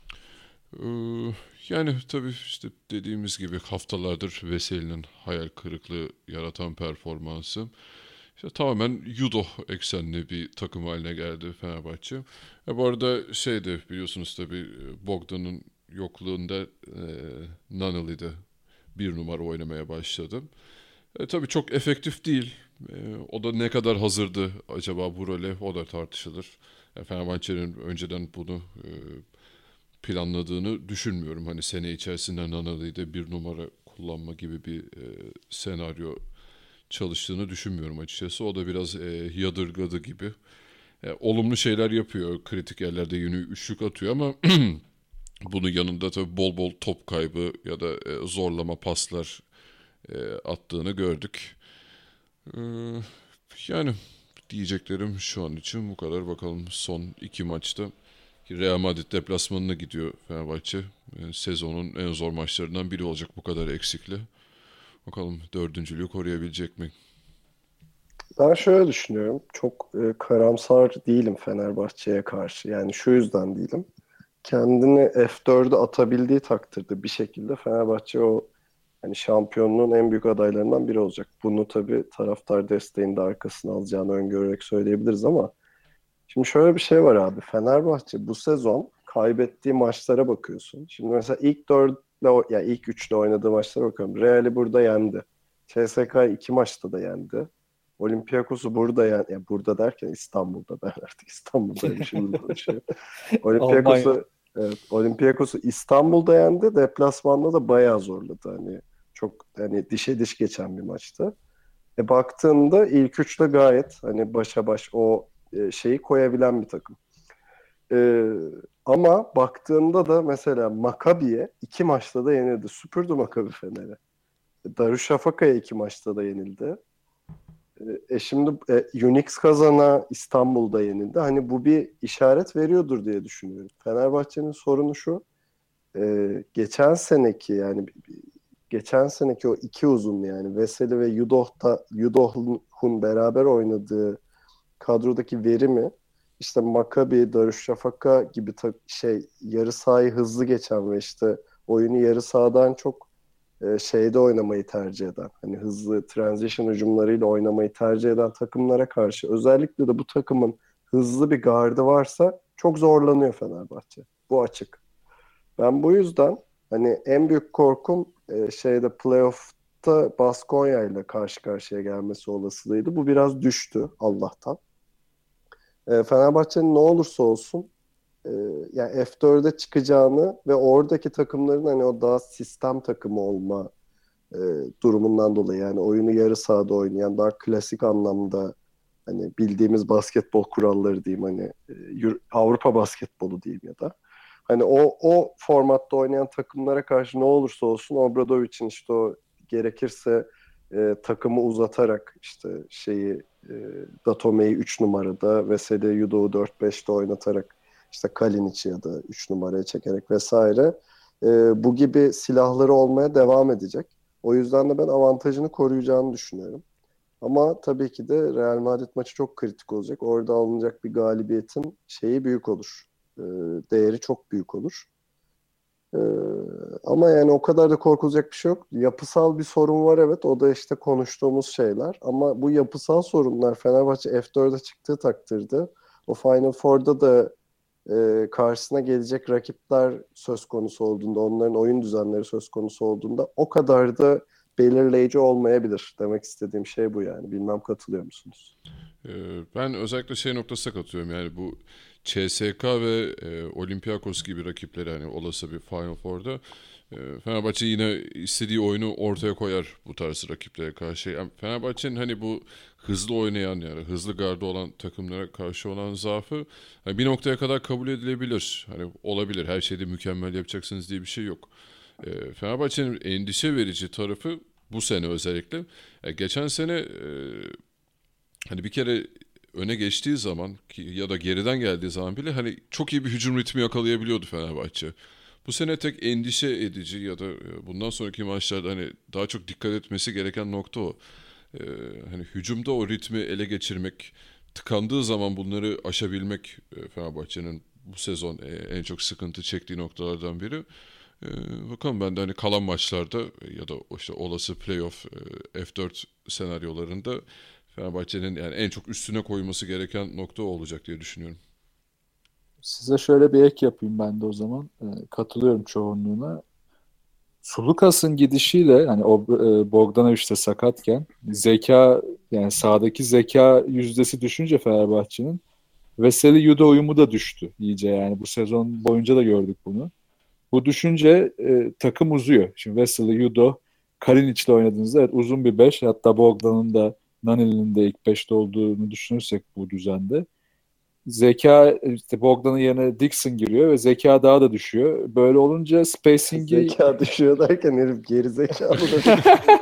Yani tabii işte dediğimiz gibi haftalardır Veseli'nin hayal kırıklığı yaratan performansı. İşte tamamen judo eksenli bir takım haline geldi Fenerbahçe. Bu arada biliyorsunuz tabii Bogdan'ın yokluğunda Nunnally de bir numara oynamaya başladı. Tabii çok efektif değil. O da ne kadar hazırdı acaba bu role, o da tartışılır. Fenerbahçe'nin önceden bunu planladığını düşünmüyorum. Hani sene içerisinde Nunnally'yi de bir numara kullanma gibi bir senaryo çalıştığını düşünmüyorum açıkçası. O da biraz yadırgadı gibi. Olumlu şeyler yapıyor. Kritik yerlerde yine üçlük atıyor ama bunun yanında tabii bol bol top kaybı ya da zorlama paslar attığını gördük. Yani diyeceklerim şu an için bu kadar. Bakalım son 2 maçta. Real Madrid deplasmanına gidiyor Fenerbahçe. Sezonun en zor maçlarından biri olacak bu kadar eksikli. Bakalım dördüncülüğü koruyabilecek mi? Ben şöyle düşünüyorum. Çok karamsar değilim Fenerbahçe'ye karşı. Yani şu yüzden değilim. Kendini F4'e atabildiği takdirde bir şekilde Fenerbahçe o hani şampiyonluğun en büyük adaylarından biri olacak. Bunu tabii taraftar desteğini de arkasına alacağını öngörerek söyleyebiliriz ama şimdi şöyle bir şey var abi. Fenerbahçe bu sezon kaybettiği maçlara bakıyorsun. Şimdi mesela ilk üçle oynadığı maçlara bakıyorum. Real'i burada yendi. CSK'yı 2 maçta da yendi. Olympiakos'u burada yendi. Yani burada derken İstanbul'da. Ben artık İstanbul'dayım şimdi konuşuyorum. Olympiakos'u İstanbul'da yendi. Deplasmanda da bayağı zorladı. Çok dişe diş geçen bir maçtı. Baktığında ilk üçte gayet başa baş o şeyi koyabilen bir takım. Ama baktığında da mesela Maccabi'ye 2 maçta da yenildi. Süpürdü Maccabi Fener'e. Darüşşafaka'ya 2 maçta da yenildi. Şimdi Unix Kazan'a İstanbul'da yenildi. Bu bir işaret veriyordur diye düşünüyorum. Fenerbahçe'nin sorunu şu. Geçen seneki o 2 uzun yani Veseli ve Yudoh'un beraber oynadığı kadrodaki verimi işte Maccabi, Darüşşafaka gibi yarı sahayı hızlı geçen ve işte oyunu yarı sahadan çok şeyde oynamayı tercih eden, hızlı transition hücumlarıyla oynamayı tercih eden takımlara karşı özellikle de bu takımın hızlı bir gardı varsa çok zorlanıyor Fenerbahçe. Bu açık. Ben bu yüzden en büyük korkum playoff'ta Baskonya ile karşı karşıya gelmesi olasılığıydı. Bu biraz düştü Allah'tan. Fenerbahçe'nin ne olursa olsun yani F4'e çıkacağını ve oradaki takımların o daha sistem takımı olma durumundan dolayı yani oyunu yarı sahada oynayan daha klasik anlamda bildiğimiz basketbol kuralları diyeyim Avrupa basketbolu diyeyim ya da o formatta oynayan takımlara karşı ne olursa olsun Obradovic'in işte o gerekirse takımı uzatarak işte Datome'yi 3 numarada Veseli Yudo'yu 4-5'te oynatarak işte Kalinic'i ya da 3 numaraya çekerek vesaire bu gibi silahları olmaya devam edecek. O yüzden de ben avantajını koruyacağını düşünüyorum. Ama tabii ki de Real Madrid maçı çok kritik olacak. Orada alınacak bir galibiyetin büyük olur. Değeri çok büyük olur. Ama yani o kadar da korkulacak bir şey yok. Yapısal bir sorun var evet. O da işte konuştuğumuz şeyler. Ama bu yapısal sorunlar Fenerbahçe F4'e çıktığı takdirde o Final Four'da da karşısına gelecek rakipler söz konusu olduğunda, onların oyun düzenleri söz konusu olduğunda o kadar da belirleyici olmayabilir. Demek istediğim şey bu yani. Bilmem katılıyor musunuz? Ben özellikle noktasına katılıyorum. Yani bu CSK ve Olympiakos gibi rakipleri olası bir Final Four'da Fenerbahçe yine istediği oyunu ortaya koyar bu tarz rakiplere karşı. Yani Fenerbahçe'nin bu hızlı oynayan yani hızlı gardı olan takımlara karşı olan zaafı bir noktaya kadar kabul edilebilir. Olabilir. Her şeyde mükemmel yapacaksınız diye bir şey yok. Fenerbahçe'nin endişe verici tarafı bu sene özellikle. Geçen sene bir kere öne geçtiği zaman ya da geriden geldiği zaman bile çok iyi bir hücum ritmi yakalayabiliyordu Fenerbahçe. Bu sene tek endişe edici ya da bundan sonraki maçlarda daha çok dikkat etmesi gereken nokta o. Hücumda o ritmi ele geçirmek, tıkandığı zaman bunları aşabilmek Fenerbahçe'nin bu sezon en çok sıkıntı çektiği noktalardan biri. Bakalım ben de kalan maçlarda ya da işte olası playoff F4 senaryolarında Fenerbahçe'nin yani en çok üstüne koyması gereken nokta o olacak diye düşünüyorum. Size şöyle bir ek yapayım ben de o zaman. Katılıyorum çoğunluğuna. Sulukas'ın gidişiyle hani o Bogdanovic de sakatken zeka yani sahadaki zeka yüzdesi düşünce Fenerbahçe'nin Veseli Yudo uyumu da düştü iyice yani bu sezon boyunca da gördük bunu. Bu düşünce takım uzuyor. Şimdi Veseli Yudo Kalinic'le oynadığınızda evet uzun bir 5 hatta Bogdan'ın da Nani'nin de ilk 5'te olduğunu düşünürsek bu düzende. Zeka işte Bogdan'ın yerine Dixon giriyor ve zeka daha da düşüyor. Böyle olunca spacing'i Zeka düşüyor derken herif geri zekalı da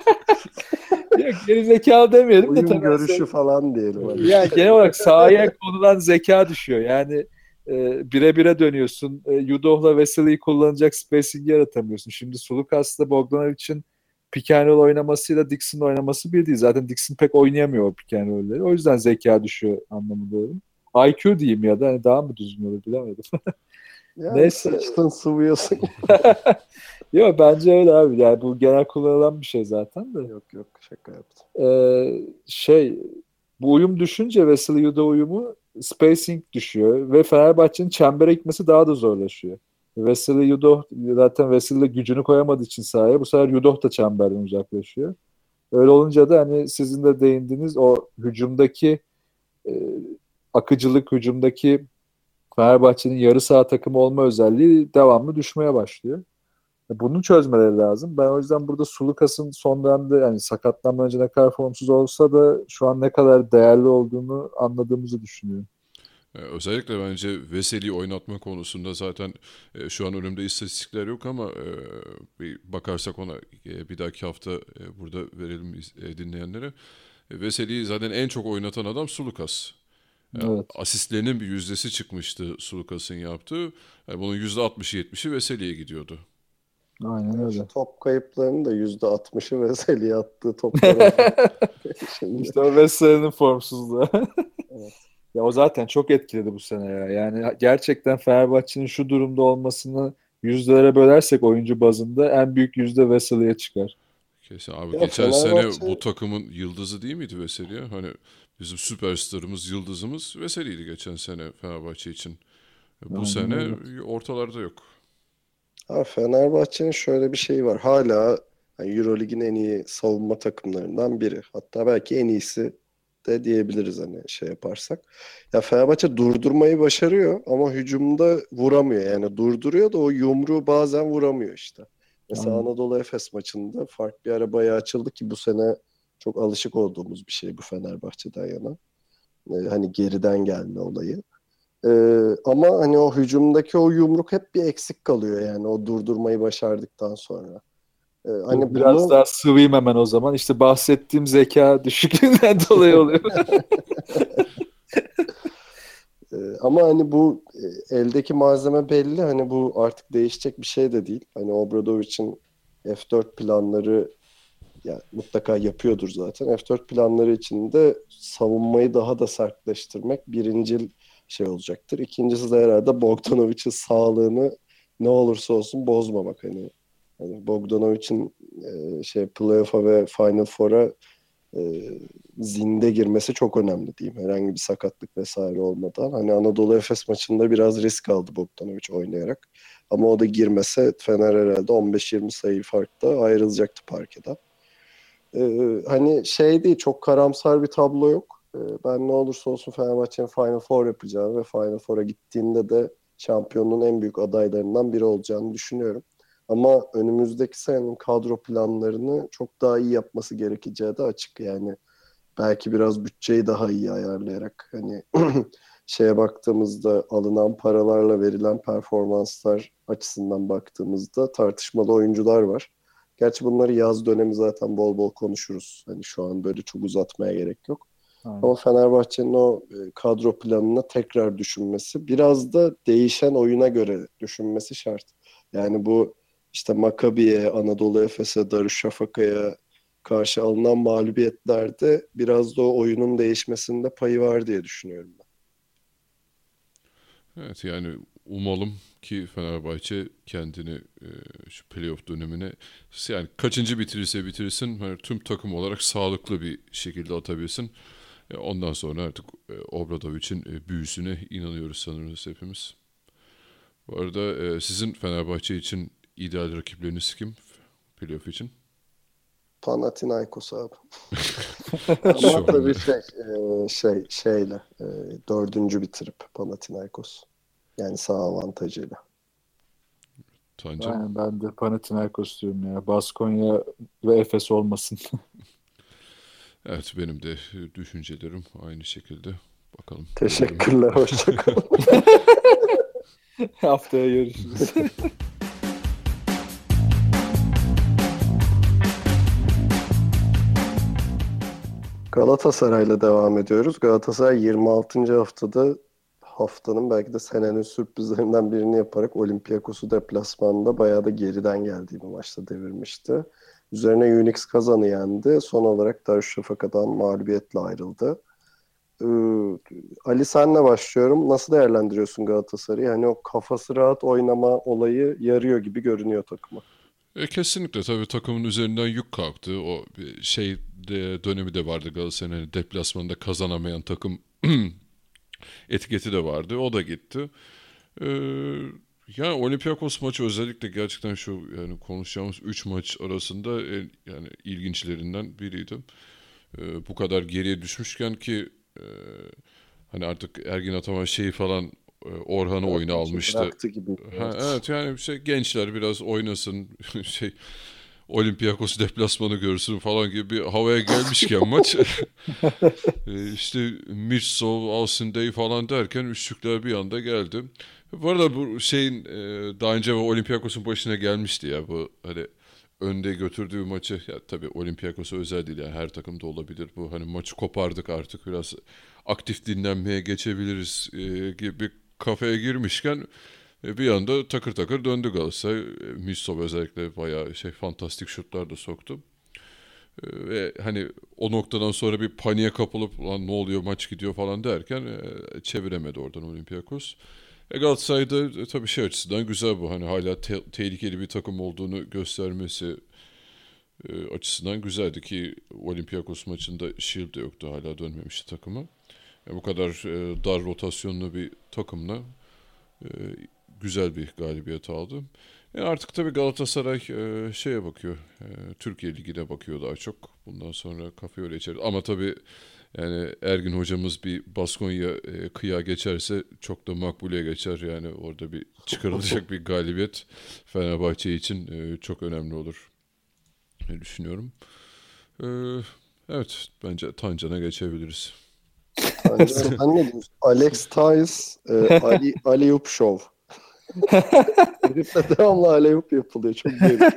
ya, geri zekalı demeyelim de uyum tabii görüşü falan diyelim. Hani. yani genel olarak sahaya konulan zeka düşüyor. Yani bire bire dönüyorsun. Yudoh'la Veseli'yi kullanacak spacing'i yaratamıyorsun. Şimdi Sulukas'la Bogdanovic'in pick and roll oynamasıyla Dixon'ın oynaması bir değil. Zaten Dixon pek oynayamıyor o pick and roll'leri. O yüzden zeka düşüyor anlamında diyorum. IQ diyeyim ya da hani daha mı düzgün olur bilemedim. Yani Neyse. sıçtın sıvıyorsun. Yok bence öyle abi. Yani bu genel kullanılan bir şey zaten de. Yok şaka yaptım. Şey bu uyum düşünce Veseli Yudo uyumu spacing düşüyor ve Fenerbahçe'nin çembere gitmesi daha da zorlaşıyor. Veseli Yudo zaten Veseli gücünü koyamadığı için sahaya bu sefer Yudo da çemberden uzaklaşıyor. Öyle olunca da hani sizin de değindiğiniz o hücumdaki e, akıcılık, hücumdaki Fenerbahçe'nin yarı saha takımı olma özelliği devamlı düşmeye başlıyor. Bunu çözmeleri lazım. Ben o yüzden burada Sulukas'ın son dönemde yani sakatlanmadan önce ne kadar formsuz olsa da şu an ne kadar değerli olduğunu anladığımızı düşünüyorum. Özellikle bence Veseli'yi oynatma konusunda zaten şu an önümde istatistikler yok ama bir bakarsak ona bir dahaki hafta burada verelim dinleyenlere. Veseli'yi zaten en çok oynatan adam Sulukas. Yani Evet. asistlerinin bir yüzdesi çıkmıştı Sulukas'ın yaptığı. Yani bunun %60-70'i Veseli'ye gidiyordu. Aynen öyle. Top kayıplarının da %60'ı Veseli'ye attığı toplara. Şimdi. İşte o Veseli'nin formsuzluğu. Evet. Ya o zaten çok etkiledi bu sene ya. Yani gerçekten Fenerbahçe'nin şu durumda olmasını yüzdelere bölersek oyuncu bazında en büyük yüzde Veseli'ye çıkar. Kesin abi Ya geçen Fenerbahçe- sene bu takımın yıldızı değil miydi Veseli ya? Hani bizim süperstarımız, yıldızımız Veseli'ydi geçen sene Fenerbahçe için. Bu Aynen sene öyle. ortalarda yok. Ha, Fenerbahçe'nin şöyle bir şeyi var. Hala yani Eurolig'in en iyi savunma takımlarından biri. Hatta belki en iyisi de diyebiliriz hani şey yaparsak. Ya Fenerbahçe durdurmayı başarıyor ama hücumda vuramıyor. Yani durduruyor da o yumruğu bazen vuramıyor işte. Mesela Aynen. Anadolu Efes maçında fark bir ara bayağı açıldı ki bu sene çok alışık olduğumuz bir şey bu Fenerbahçe'den yana. Hani geriden gelme olayı. Ama hani o hücumdaki o yumruk hep bir eksik kalıyor yani o durdurmayı başardıktan sonra. Hani Biraz bunu daha sıvayım hemen o zaman. İşte bahsettiğim zeka düşüklüğünden dolayı oluyor. ama hani bu eldeki malzeme belli hani bu artık değişecek bir şey de değil. Hani Obradovic'in F4 planları yani mutlaka yapıyordur zaten. F4 planları içinde savunmayı daha da sertleştirmek birincil şey olacaktır. İkincisi de herhalde Bogdanovic'in sağlığını ne olursa olsun bozmamak. Hani Bogdanovic'in playoff'a ve Final Four'a zinde girmesi çok önemli diyeyim. Herhangi bir sakatlık vesaire olmadan. Hani Anadolu Efes maçında biraz risk aldı Bogdanovic oynayarak. Ama o da girmese Fener herhalde 15-20 sayı farkta ayrılacaktı parkeden. Hani şey değil çok karamsar bir tablo yok. Ben ne olursa olsun Fenerbahçe'nin Final Four yapacağı ve Final Four'a gittiğinde de şampiyonluğun en büyük adaylarından biri olacağını düşünüyorum. Ama önümüzdeki senenin kadro planlarını çok daha iyi yapması gerekeceği de açık. Yani belki biraz bütçeyi daha iyi ayarlayarak hani şeye baktığımızda alınan paralarla verilen performanslar açısından baktığımızda tartışmalı oyuncular var. Gerçi bunları yaz dönemi zaten bol bol konuşuruz. Hani şu an böyle çok uzatmaya gerek yok. Aynen. Ama Fenerbahçe'nin o kadro planını tekrar düşünmesi, biraz da değişen oyuna göre düşünmesi şart. Yani bu işte Maccabi'ye, Anadolu Efes'e, Darüşşafaka'ya karşı alınan mağlubiyetlerde biraz da o oyunun değişmesinde payı var diye düşünüyorum ben. Evet yani umalım ki Fenerbahçe kendini şu playoff dönemine yani kaçıncı bitirirse bitirsin hani tüm takım olarak sağlıklı bir şekilde atabilsin. Ondan sonra artık Obradovic'in büyüsüne inanıyoruz sanırız hepimiz. Bu arada sizin Fenerbahçe için ideal rakipleriniz kim? Playoff için? Panathinaikos abi. Ama tabii dördüncü bitirip Panathinaikos. Yani sağ avantajıyla. Tancan? Yani ben de Panathinaikos diyorum ya. Baskonya ve Efes olmasın. Evet, benim de düşüncelerim aynı şekilde. Bakalım. Teşekkürler. Hoşçakalın. Haftaya görüşürüz. Galatasaray'la devam ediyoruz. Galatasaray 26. haftanın belki de senenin sürprizlerinden birini yaparak Olympiakos'u deplasmanında bayağı da geriden geldiği bir maçta devirmişti. Üzerine Unix Kazan'ı yendi. Son olarak Darüşşafaka'dan mağlubiyetle ayrıldı. Ali, senle başlıyorum. Nasıl değerlendiriyorsun Galatasaray'ı? Hani o kafası rahat oynama olayı yarıyor gibi görünüyor takıma. Kesinlikle tabii takımın üzerinden yük kalktı. O dönemi de vardı Galatasaray'ın, hani deplasmanda kazanamayan takım etiketi de vardı. O da gitti. Yani Olympiakos maçı özellikle gerçekten şu yani konuşacağımız 3 maç arasında yani ilginçlerinden biriydi. Bu kadar geriye düşmüşken ki hani artık Ergin Ataman falan Orhan'ı oyuna almıştı. Bıraktı gibi. Evet yani gençler biraz oynasın Olympiakos deplasmanı görsün falan gibi bir havaya gelmişken maç işte Mitsov, Alcindey falan derken üçlükler bir anda geldi. Bu arada bu daha önce Olympiakos'un başına gelmişti ya, bu hani önde götürdüğü maçı, ya tabii Olympiakos'a özel değil yani her takımda olabilir bu, hani maçı kopardık artık biraz aktif dinlenmeye geçebiliriz gibi bir kafaya girmişken bir anda takır takır döndü Galatasaray. Mitsov özellikle bayağı fantastik şutlar da soktu. Ve hani o noktadan sonra bir paniğe kapılıp lan ne oluyor maç gidiyor falan derken çeviremedi oradan Olympiakos. Galatasaray'da tabii açısından güzel bu. Hani hala tehlikeli bir takım olduğunu göstermesi açısından güzeldi ki Olympiakos maçında Shield de yoktu, hala dönmemişti takıma. Bu kadar dar rotasyonlu bir takımla güzel bir galibiyet aldı. Artık tabii Galatasaray bakıyor. Türkiye Ligi'ne bakıyor daha çok. Bundan sonra kafayı öyle içeri. Ama tabii yani Ergin hocamız bir Baskonya kıya geçerse çok da makbule geçer. Yani orada bir çıkarılacak bir galibiyet Fenerbahçe için çok önemli olur diye düşünüyorum. Evet, bence Tancan'a geçebiliriz. Sen ne diyorsun? Alex Tyes, Ali Show. Herifle devamlı alley-oop yapılıyor. Çok gerilim.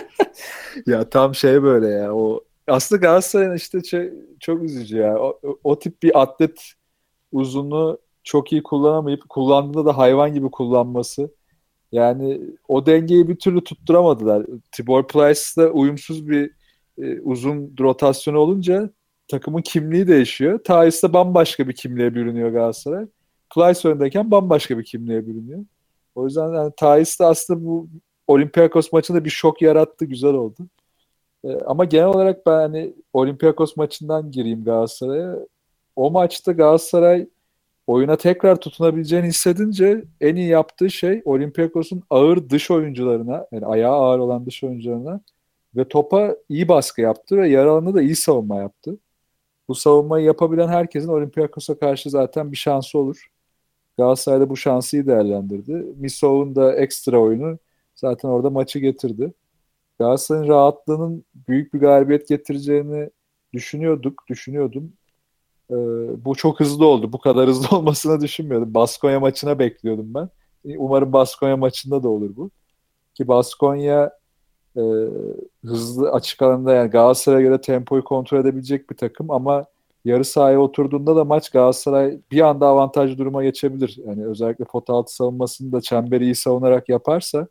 Ya tam böyle ya. O aslında Galatasaray'ın işte çok üzücü ya. O tip bir atlet uzunu çok iyi kullanamayıp kullandığında da hayvan gibi kullanması. Yani o dengeyi bir türlü tutturamadılar. Tibor Plyce'la uyumsuz bir uzun rotasyonu olunca takımın kimliği değişiyor. Tyus da bambaşka bir kimliğe bürünüyor Galatasaray. Plyce öndeyken bambaşka bir kimliğe bürünüyor. O yüzden yani Tyus da aslında bu Olympiakos maçında bir şok yarattı. Güzel oldu. Ama genel olarak ben hani Olympiakos maçından gireyim Galatasaray'a. O maçta Galatasaray oyuna tekrar tutunabileceğini hissedince en iyi yaptığı şey Olympiakos'un ağır dış oyuncularına, yani ayağı ağır olan dış oyuncularına ve topa iyi baskı yaptı ve yarı alanda da iyi savunma yaptı. Bu savunmayı yapabilen herkesin Olympiakos'a karşı zaten bir şansı olur. Galatasaray da bu şansı iyi değerlendirdi. Misov'un da ekstra oyunu zaten orada maçı getirdi. Galatasaray'ın rahatlığının büyük bir galibiyet getireceğini düşünüyordum. Bu çok hızlı oldu. Bu kadar hızlı olmasını düşünmüyordum. Baskonya maçına bekliyordum ben. Umarım Baskonya maçında da olur bu. Ki Baskonya hızlı açık alanda, yani Galatasaray'a göre tempoyu kontrol edebilecek bir takım ama yarı sahaya oturduğunda da maç Galatasaray bir anda avantajlı duruma geçebilir. Yani özellikle pot altı savunmasını da çemberi iyi savunarak yaparsa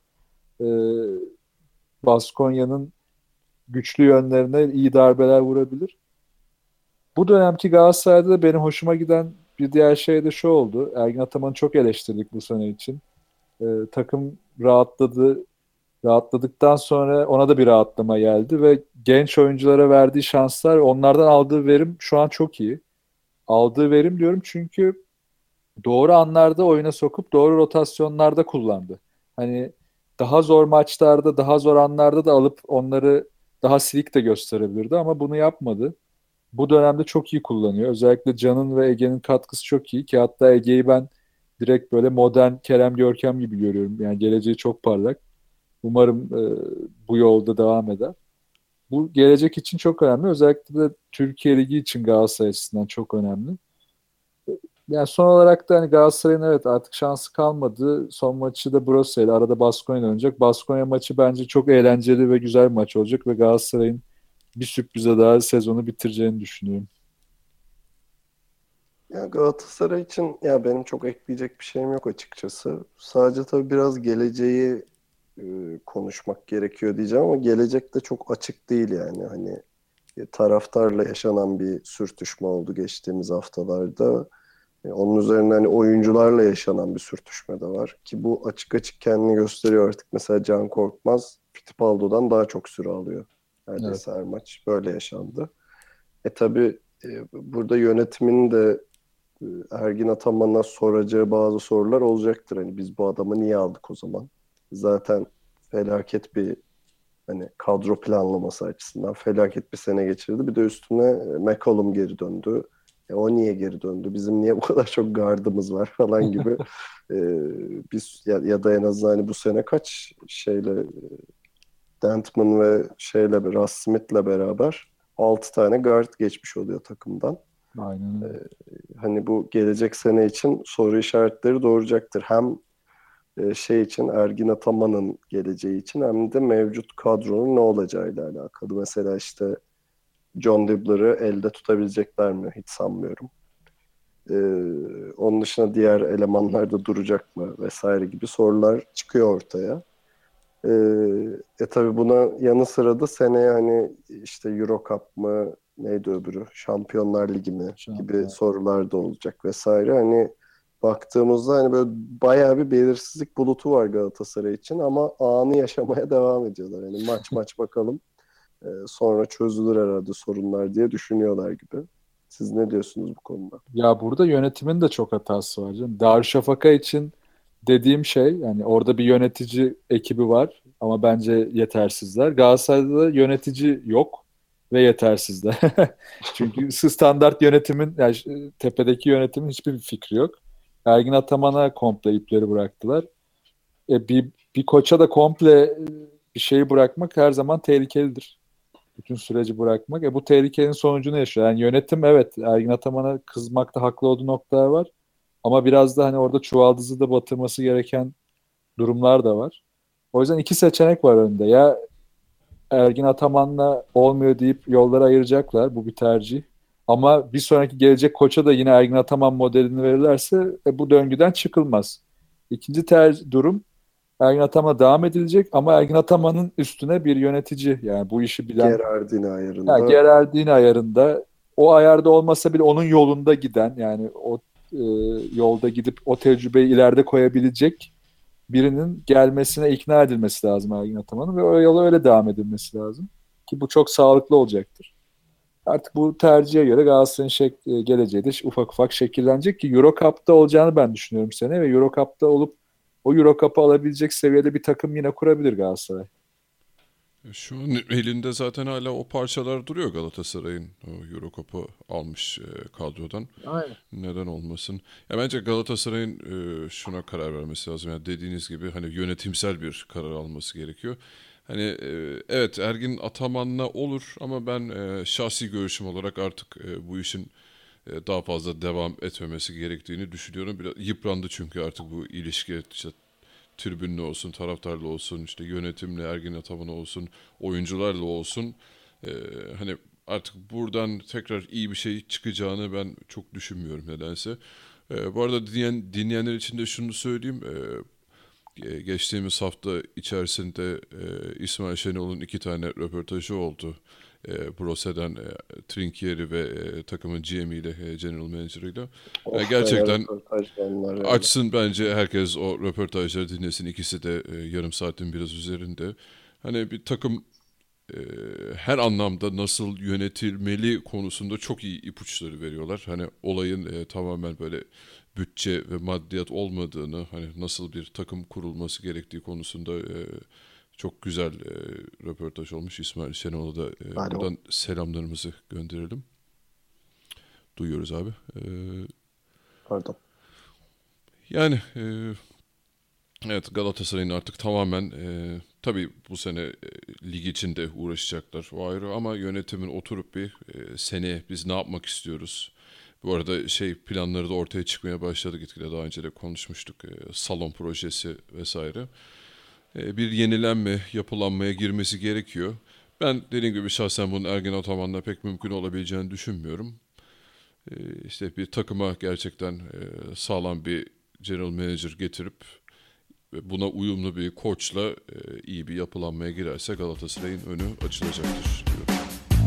Baskonya'nın güçlü yönlerine iyi darbeler vurabilir. Bu dönemki Galatasaray'da da benim hoşuma giden bir diğer şey de şu oldu. Ergin Ataman'ı çok eleştirdik bu sene için. Takım rahatladı. Rahatladıktan sonra ona da bir rahatlama geldi ve genç oyunculara verdiği şanslar, onlardan aldığı verim şu an çok iyi. aldığı verim diyorum çünkü doğru anlarda oyuna sokup doğru rotasyonlarda kullandı. Hani daha zor maçlarda, daha zor anlarda da alıp onları daha silik de gösterebilirdi ama bunu yapmadı. Bu dönemde çok iyi kullanıyor. Özellikle Can'ın ve Ege'nin katkısı çok iyi ki hatta Ege'yi ben direkt böyle modern Kerem Görkem gibi görüyorum. Yani geleceği çok parlak. Umarım bu yolda devam eder. Bu gelecek için çok önemli. Özellikle de Türkiye Ligi için Galatasaray açısından çok önemli. Yani son olarak da hani Galatasaray'ın evet artık şansı kalmadı. Son maçı da Brussel'de. Arada Baskonya oynayacak. Baskonya maçı bence çok eğlenceli ve güzel bir maç olacak ve Galatasaray'ın bir sürprize daha sezonu bitireceğini düşünüyorum. Ya Galatasaray için ya benim çok ekleyecek bir şeyim yok açıkçası. Sadece tabii biraz geleceği konuşmak gerekiyor diyeceğim ama gelecek de çok açık değil yani. Hani taraftarla yaşanan bir sürtüşme oldu geçtiğimiz haftalarda. Onun üzerine hani oyuncularla yaşanan bir sürtüşme de var. Ki bu açık açık kendini gösteriyor artık. Mesela Can Korkmaz Fittipaldo'dan daha çok süre alıyor. Neredeyse her maç böyle yaşandı. Tabii burada yönetimin de Ergin Ataman'a soracağı bazı sorular olacaktır. Hani biz bu adamı niye aldık o zaman? Zaten felaket bir hani kadro planlaması açısından felaket bir sene geçirdi. Bir de üstüne McCollum geri döndü. O niye geri döndü? Bizim niye bu kadar çok gardımız var falan gibi. Biz ya da en azından hani bu sene kaç şeyle Dentman ve Russ Smith'le beraber 6 tane guard geçmiş oluyor takımdan. Aynen öyle. Hani bu gelecek sene için soru işaretleri doğuracaktır. Hem için Ergin Ataman'ın geleceği için hem de mevcut kadronun ne olacağıyla alakalı. Mesela işte John Dibbler'ı elde tutabilecekler mi? Hiç sanmıyorum. Onun dışında diğer elemanlar da duracak mı vesaire gibi sorular çıkıyor ortaya. Tabii buna yanı sıra da seneye hani işte Euro Cup mı neydi öbürü? Şampiyonlar Ligi mi gibi sorular da olacak vesaire. Hani baktığımızda hani böyle bayağı bir belirsizlik bulutu var Galatasaray için ama anı yaşamaya devam ediyorlar. Yani maç bakalım. Sonra çözülür herhalde sorunlar diye düşünüyorlar gibi. Siz ne diyorsunuz bu konuda? Ya burada yönetimin de çok hatası var canım. Darüşşafaka için dediğim şey yani orada bir yönetici ekibi var ama bence yetersizler. Galatasaray'da da yönetici yok ve yetersizler. Çünkü standart yönetimin yani tepedeki yönetimin hiçbir fikri yok. Ergin Ataman'a komple ipleri bıraktılar. Bir koça da komple bir şeyi bırakmak her zaman tehlikelidir. Bütün süreci bırakmak. Bu tehlikenin sonucunu yaşıyor. Yani yönetim evet Ergin Ataman'a kızmakta haklı olduğu noktalar var. Ama biraz da hani orada çuvaldızı da batırması gereken durumlar da var. O yüzden iki seçenek var önünde. Ya Ergin Ataman'la olmuyor deyip yolları ayıracaklar. Bu bir tercih. Ama bir sonraki gelecek koça da yine Ergin Ataman modelini verirlerse bu döngüden çıkılmaz. İkinci durum Ergin Ataman'a devam edilecek ama Ergin Ataman'ın üstüne bir yönetici yani bu işi bilen Gerardini ayarında. Gerardini ayarında o ayarda olmasa bile onun yolunda giden yani o yolda gidip o tecrübeyi ileride koyabilecek birinin gelmesine ikna edilmesi lazım Ergin Ataman'ın ve o yola öyle devam edilmesi lazım. Ki bu çok sağlıklı olacaktır. Artık bu tercihe göre Galatasaray'ın geleceği de ufak ufak şekillenecek ki Euro Cup'ta olacağını ben düşünüyorum sene ve Euro Cup'ta olup o Euro Cup'ı alabilecek seviyede bir takım yine kurabilir Galatasaray. Şu an elinde zaten hala o parçalar duruyor Galatasaray'ın o Euro Cup'ı almış kadrodan. Aynen. Neden olmasın? Ya bence Galatasaray'ın şuna karar vermesi lazım. Yani dediğiniz gibi hani yönetimsel bir karar alması gerekiyor. Hani evet Ergin Ataman'la olur ama ben şahsi görüşüm olarak artık bu işin daha fazla devam etmemesi gerektiğini düşünüyorum. Biraz yıprandı çünkü artık bu ilişki işte tribünle olsun, taraftarla olsun, işte yönetimle, Ergin Ataman'la olsun, oyuncularla olsun. Hani artık buradan tekrar iyi bir şey çıkacağını ben çok düşünmüyorum nedense. Bu arada dinleyenler için de şunu söyleyeyim. Geçtiğimiz hafta içerisinde İsmail Şenol'un 2 tane röportajı oldu. Brose'den Trinkieri ve takımın GM'iyle, General Manager'ıyla. Gerçekten açsın bence herkes o röportajları dinlesin. İkisi de yarım saatin biraz üzerinde. Hani bir takım her anlamda nasıl yönetilmeli konusunda çok iyi ipuçları veriyorlar. Hani olayın tamamen böyle bütçe ve maddiyat olmadığını, hani nasıl bir takım kurulması gerektiği konusunda çok güzel röportaj olmuş. İsmail Şenol'a da buradan selamlarımızı gönderelim. Duyuyoruz abi. Pardon. Yani evet, Galatasaray'ın artık tamamen tabii bu sene lig için de uğraşacaklar, o ayrı, ama yönetimin oturup bir seneye biz ne yapmak istiyoruz? Bu arada planları da ortaya çıkmaya başladı gitgide, daha önce de konuşmuştuk, salon projesi vesaire. Bir yenilenme, yapılanmaya girmesi gerekiyor. Ben dediğim gibi şahsen bunun Ergin Ataman'la pek mümkün olabileceğini düşünmüyorum. İşte bir takıma gerçekten sağlam bir general manager getirip ve buna uyumlu bir koçla iyi bir yapılanmaya girerse Galatasaray'ın önü açılacaktır diyorum.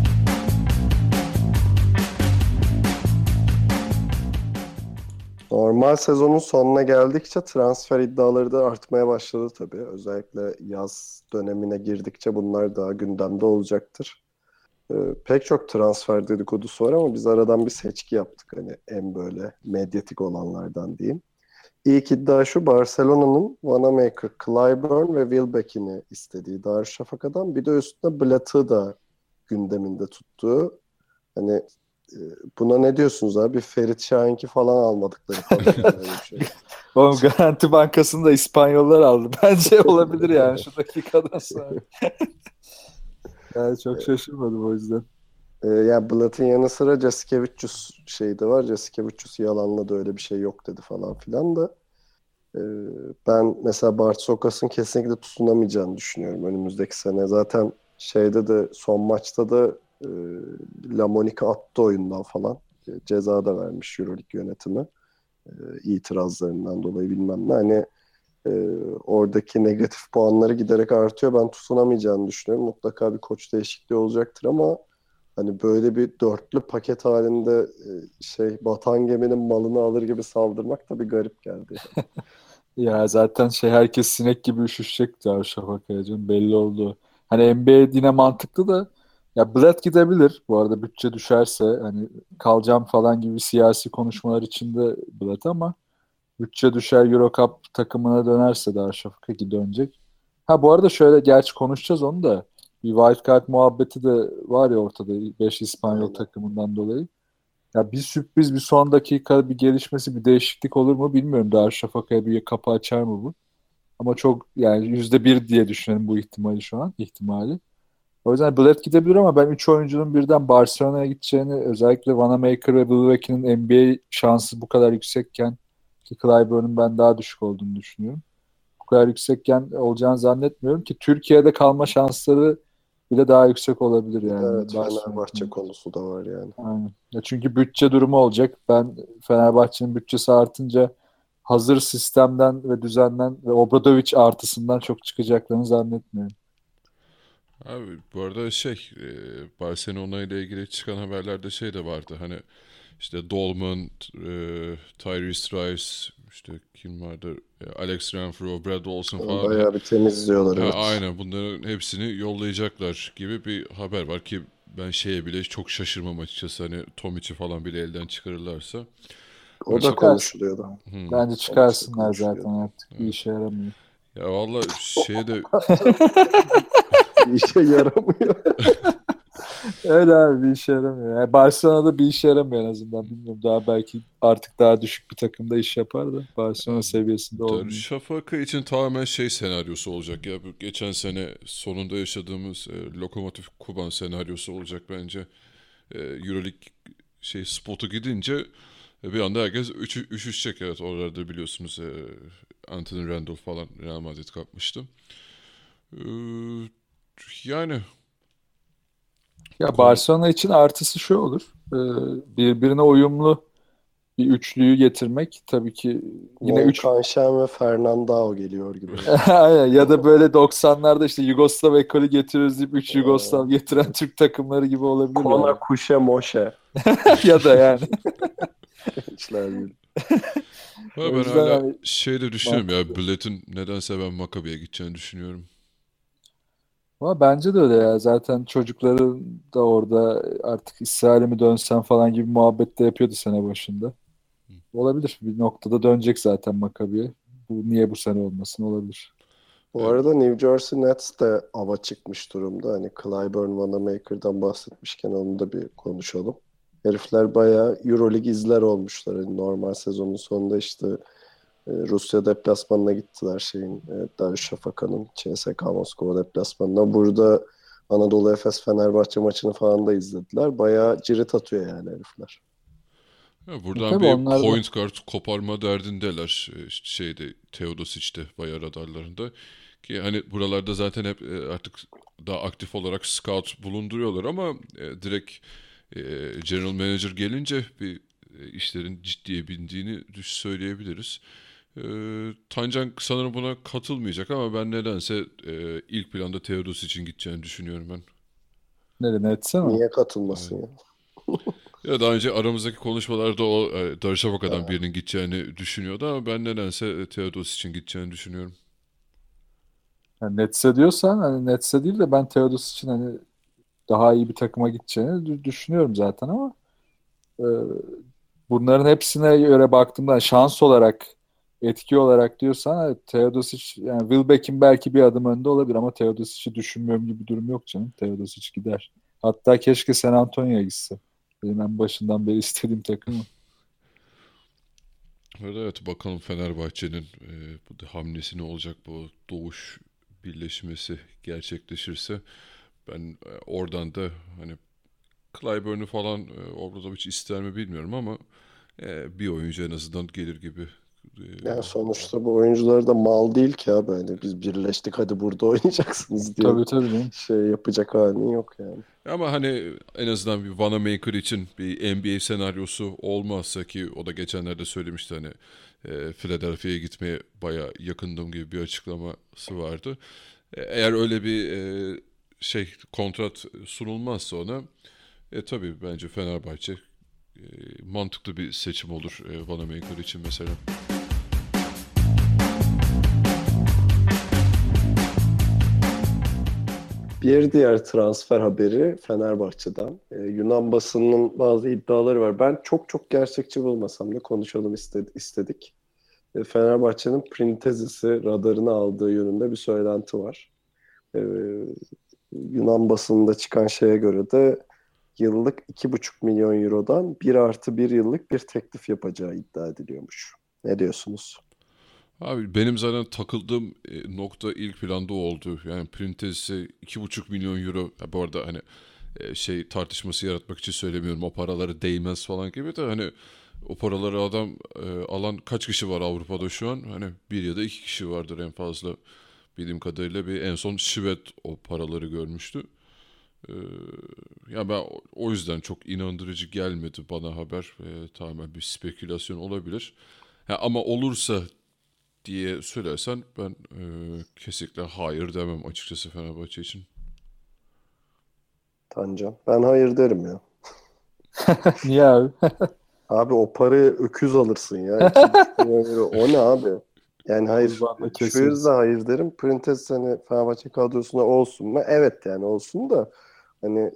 Normal sezonun sonuna geldikçe transfer iddiaları da artmaya başladı tabii. Özellikle yaz dönemine girdikçe bunlar daha gündemde olacaktır. Pek çok transfer dedikodusu var ama biz aradan bir seçki yaptık. Hani en böyle medyatik olanlardan diyeyim. İlk iddia şu: Barcelona'nın Wanamaker, Clyburn ve Wilbeck'ini istediği Darüşşafaka'dan, bir de üstüne Blatt'ı da gündeminde tuttuğu. Hani buna ne diyorsunuz abi? Ferit Şahink'i falan almadıkları falan. Oğlum Garanti Bankası'nda İspanyollar aldı. Bence olabilir yani şu dakikadan sonra. Yani çok şaşırmadım o yüzden. Yani Blatt'ın yanı sıra Jasikevicius de var. Jasikevicius yalanladı, öyle bir şey yok dedi falan filan da. Ben mesela Bart Sokas'ın kesinlikle tutunamayacağını düşünüyorum önümüzdeki sene. Zaten de son maçta da La Monica attı oyundan falan. Ceza da vermiş EuroLeague yönetimi. İtirazlarından dolayı bilmem ne. Hani oradaki negatif puanları giderek artıyor. Ben tutunamayacağını düşünüyorum. Mutlaka bir koç değişikliği olacaktır ama hani böyle bir dörtlü paket halinde batan geminin malını alır gibi saldırmak da bir garip geldi. Ya zaten herkes sinek gibi üşüşecek Darüşşafaka'ya canım, belli oldu. Hani NBA yine mantıklı da ya Blatt gidebilir bu arada, bütçe düşerse hani kalacağım falan gibi siyasi konuşmalar içinde Blatt, ama bütçe düşer Eurocup takımına dönerse Darüşşafaka ki dönecek. Ha bu arada şöyle, gerçi konuşacağız onu da, bir wildcard muhabbeti de var ya ortada 5 İspanyol Aynen. takımından dolayı. Ya bir sürpriz, bir son dakika bir gelişmesi, bir değişiklik olur mu bilmiyorum. Darüşşafaka'ya bir kapı açar mı bu? Ama çok yani %1 diye düşünelim bu ihtimali şu an. İhtimali. O yüzden Blatt gidebilir ama ben 3 oyuncunun birden Barcelona'ya gideceğini, özellikle Wanamaker ve Wilbeck'in NBA şansı bu kadar yüksekken, ki Clyburn'un ben daha düşük olduğunu düşünüyorum. Bu kadar yüksekken olacağını zannetmiyorum ki Türkiye'de kalma şansları bile daha yüksek olabilir yani. Evet, Barcelona Fenerbahçe konusu da var yani. Aynen. Ya çünkü bütçe durumu olacak. Ben Fenerbahçe'nin bütçesi artınca hazır sistemden ve düzenden ve Obradovic artısından çok çıkacaklarını zannetmiyorum. Abi bu arada Barcelona ile ilgili çıkan haberlerde de vardı. Hani işte Dolman, Tyrese Rice, işte kim vardı? Alex Renfro, Brad Olsen falan. Bayağı bir temizliyorlar, evet. Aynen, bunların hepsini yollayacaklar gibi bir haber var ki ben bile çok şaşırmam açıkçası. Hani Tomic'i falan bile elden çıkarırlarsa. O da konuşuluyordu. Bence çıkarsınlar zaten artık. Bir işe yaramıyor. Ya valla bir işe yaramıyor. Öyle abi, bir işe yaramıyor. Yani Barcelona'da bir işe yaramıyor en azından. Bilmiyorum, daha belki artık daha düşük bir takımda iş yapar da Barcelona seviyesinde olmuyor. Darüşşafaka için tamamen senaryosu olacak ya. Bu geçen sene sonunda yaşadığımız Lokomotiv Kuban senaryosu olacak bence. EuroLeague spotu gidince bir anda herkes üşüşecek. Evet, oralarda biliyorsunuz Anthony Randolph falan Real Madrid kapmıştı. Yani ya Barcelona için artısı şu olur. Birbirine uyumlu bir üçlüyü getirmek tabii ki yine Volkan ve Fernandao geliyor gibi. Aynen, ya da böyle 90'larda işte Yugoslav ekolü getiriyoruz deyip 3 Yugoslav getiren Türk takımları gibi olabilir. Kona, yani. Kuşe, Moşe. Ya da yani. İşler gibi. ben hala de düşünüyorum ya, Blatt'ın nedense ben Maccabi'ye gideceğini düşünüyorum. Ama bence de öyle ya. Zaten çocukları da orada artık İsrail'e mi dönsen falan gibi muhabbet de yapıyordu sene başında. Olabilir. Bir noktada dönecek zaten Maccabi'ye. Bu niye bu sene olmasın, olabilir. Bu arada New Jersey Nets de ava çıkmış durumda. Hani Clyburn Wanamaker'dan bahsetmişken onu da bir konuşalım. Herifler bayağı EuroLeague izler olmuşlar. Hani normal sezonun sonunda işte Rusya deplasmanına gittiler Darüşşafaka'nın CSKA Moskova deplasmanına. Burada Anadolu Efes Fenerbahçe maçını falan da izlediler. Bayağı cirit atıyor yani herifler. Ya buradan Tabii bir onlar da- point guard koparma derdindeler. İşte Teodosic'te bayağı radarlarında. Ki hani buralarda zaten hep artık daha aktif olarak scout bulunduruyorlar ama direkt general manager gelince bir işlerin ciddiye bindiğini söyleyebiliriz. Tancan sanırım buna katılmayacak ama ben nedense ilk planda Teodosic'in gideceğini düşünüyorum ben. Nereye etse mi? Niye katılmasın ya? Ya daha önce aramızdaki konuşmalarda o Darüşşafaka'dan birinin gideceğini düşünüyordu ama ben nedense Teodosic'in gideceğini düşünüyorum. Yani Nets'e diyorsan hani Nets'e değil de ben Theodos için hani daha iyi bir takıma gideceğini düşünüyorum zaten ama e, bunların hepsine göre baktığımda şans olarak, etki olarak diyorsan evet, Theodosic yani Wilbeck'in belki bir adım önde olabilir ama Theodosic'i düşünmüyorum gibi bir durum yok canım. Theodosic gider. Hatta keşke San Antonio'ya gitse. Benim en başından beri istediğim takım o. Evet, bakalım Fenerbahçe'nin bu hamlesi ne olacak, bu doğuş birleşmesi gerçekleşirse ben oradan da hani Clyburn'u falan orada hiç ister mi bilmiyorum ama bir oyuncu en azından gelir gibi. Yani sonuçta bu oyuncular da mal değil ki abi. Hani biz birleştik hadi burada oynayacaksınız diye Tabii tabii canım. şey yapacak halin yok yani. Ama hani en azından bir Wanamaker için bir NBA senaryosu olmazsa, ki o da geçenlerde söylemişti hani Philadelphia'ya gitmeye baya yakındım gibi bir açıklaması vardı. Eğer öyle bir kontrat sunulmazsa ona tabii bence Fenerbahçe mantıklı bir seçim olur Wanamaker için mesela. Bir diğer transfer haberi Fenerbahçe'den. Yunan basınının bazı iddiaları var. Ben çok çok gerçekçi bulmasam da konuşalım istedik. Fenerbahçe'nin Printezis'i radarına aldığı yönünde bir söylenti var. E, Yunan basınında çıkan şeye göre de yıllık 2,5 milyon eurodan 1+1 yıllık bir teklif yapacağı iddia ediliyormuş. Ne diyorsunuz? Abi benim zaten takıldığım nokta ilk planda o oldu. Yani Printezis'e 2,5 milyon euro. Ya bu arada hani tartışması yaratmak için söylemiyorum. O paraları değmez falan gibi de hani o paraları adam alan kaç kişi var Avrupa'da şu an? Hani bir ya da iki kişi vardır en fazla. Bildiğim kadarıyla en son Şivet o paraları görmüştü. E, Ya ben o yüzden çok inandırıcı gelmedi bana haber. Tamamen bir spekülasyon olabilir. Ha, ama olursa diye söylersen ben kesinlikle hayır demem açıkçası Fenerbahçe için. Tancan. Ben hayır derim ya. Niye abi? Abi o parayı öküz alırsın ya. 2,5 milyon euro. O ne abi? Yani hayır. Kurbanla Şu keseriz. yüzden hayır derim. Printez hani Fenerbahçe kadrosuna olsun mu? Evet yani olsun da hani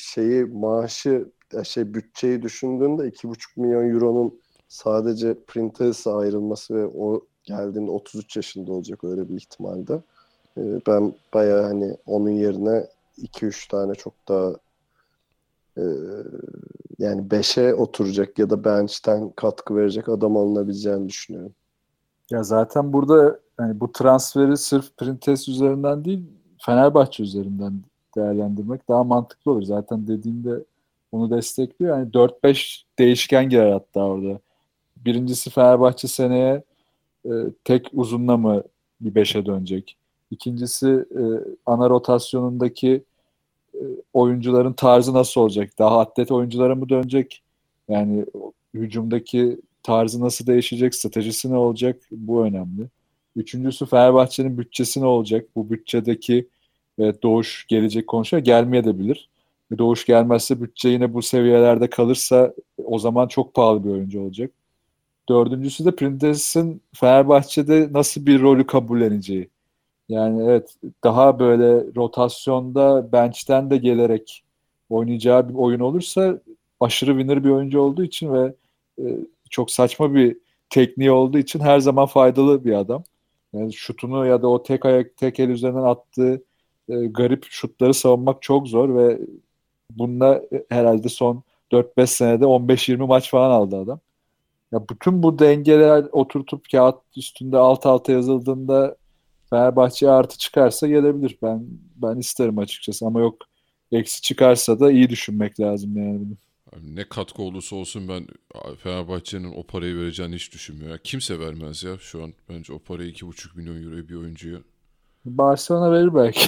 bütçeyi düşündüğünde 2,5 milyon euronun sadece Printez'e ayrılması ve o geldiğinde 33 yaşında olacak öyle bir ihtimalde. Ben bayağı hani onun yerine 2-3 tane çok daha e, yani 5'e oturacak ya da bench'ten katkı verecek adam alınabileceğini düşünüyorum. Ya zaten burada yani bu transferi sırf Printes üzerinden değil Fenerbahçe üzerinden değerlendirmek daha mantıklı olur. Zaten dediğinde onu destekliyor. Yani 4-5 değişken girer hatta orada. Birincisi Fenerbahçe seneye tek uzunla mı bir 5'e dönecek? İkincisi ana rotasyonundaki oyuncuların tarzı nasıl olacak? Daha atlet oyunculara mı dönecek? Yani hücumdaki tarzı nasıl değişecek? Stratejisi ne olacak? Bu önemli. Üçüncüsü Fenerbahçe'nin bütçesi ne olacak? Bu bütçedeki Doğuş gelecek konuşuyor. Gelmeye de bilir. Doğuş gelmezse bütçe yine bu seviyelerde kalırsa o zaman çok pahalı bir oyuncu olacak. Dördüncüsü de Printez'in Fenerbahçe'de nasıl bir rolü kabulleneceği. Yani evet, daha böyle rotasyonda bench'ten de gelerek oynayacağı bir oyun olursa aşırı winner bir oyuncu olduğu için ve çok saçma bir tekniği olduğu için her zaman faydalı bir adam. Yani şutunu ya da o tek ayak tek el üzerinden attığı garip şutları savunmak çok zor ve bununla herhalde son 4-5 senede 15-20 maç falan aldı adam. Ya bütün bu dengeler oturtup kağıt üstünde alt alta yazıldığında Fenerbahçe'ye artı çıkarsa gelebilir. Ben isterim açıkçası ama yok, eksi çıkarsa da iyi düşünmek lazım yani. Yani ne katkı olursa olsun ben Fenerbahçe'nin o parayı vereceğini hiç düşünmüyorum. Yani kimse vermez ya şu an bence o parayı 2,5 milyon euroya bir oyuncuya. Barcelona verir belki.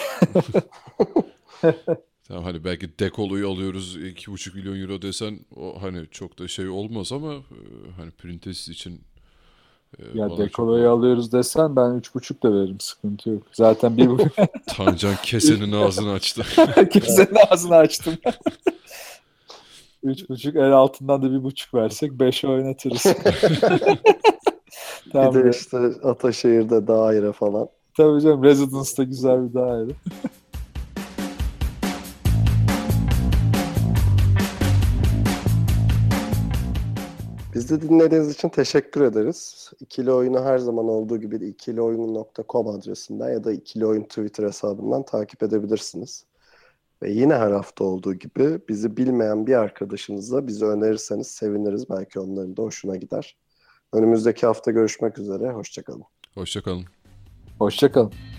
Tamam hani belki Dekolo'yu alıyoruz 2,5 milyon euro desen o hani çok da şey olmaz ama hani Printez için Ya bana çok Dekolo'yu alıyoruz desen ben 3,5 da veririm, sıkıntı yok. Zaten bir Tancan kesenin ağzını açtı. kimsenin ağzını açtım. 3,5, el altından da 1,5 versek 5'e oynatırız. Bir Tamam de ya. işte Ataşehir'de daire falan. Tabii canım, Residence'da güzel bir daire. Biz de dinlediğiniz için teşekkür ederiz. İkili Oyun'u her zaman olduğu gibi de ikilioyun.com adresinden ya da İkili Oyun Twitter hesabından takip edebilirsiniz. Ve yine her hafta olduğu gibi bizi bilmeyen bir arkadaşınıza bizi önerirseniz seviniriz. Belki onların da hoşuna gider. Önümüzdeki hafta görüşmek üzere. Hoşça kalın. Hoşça kalın. Hoşça kalın.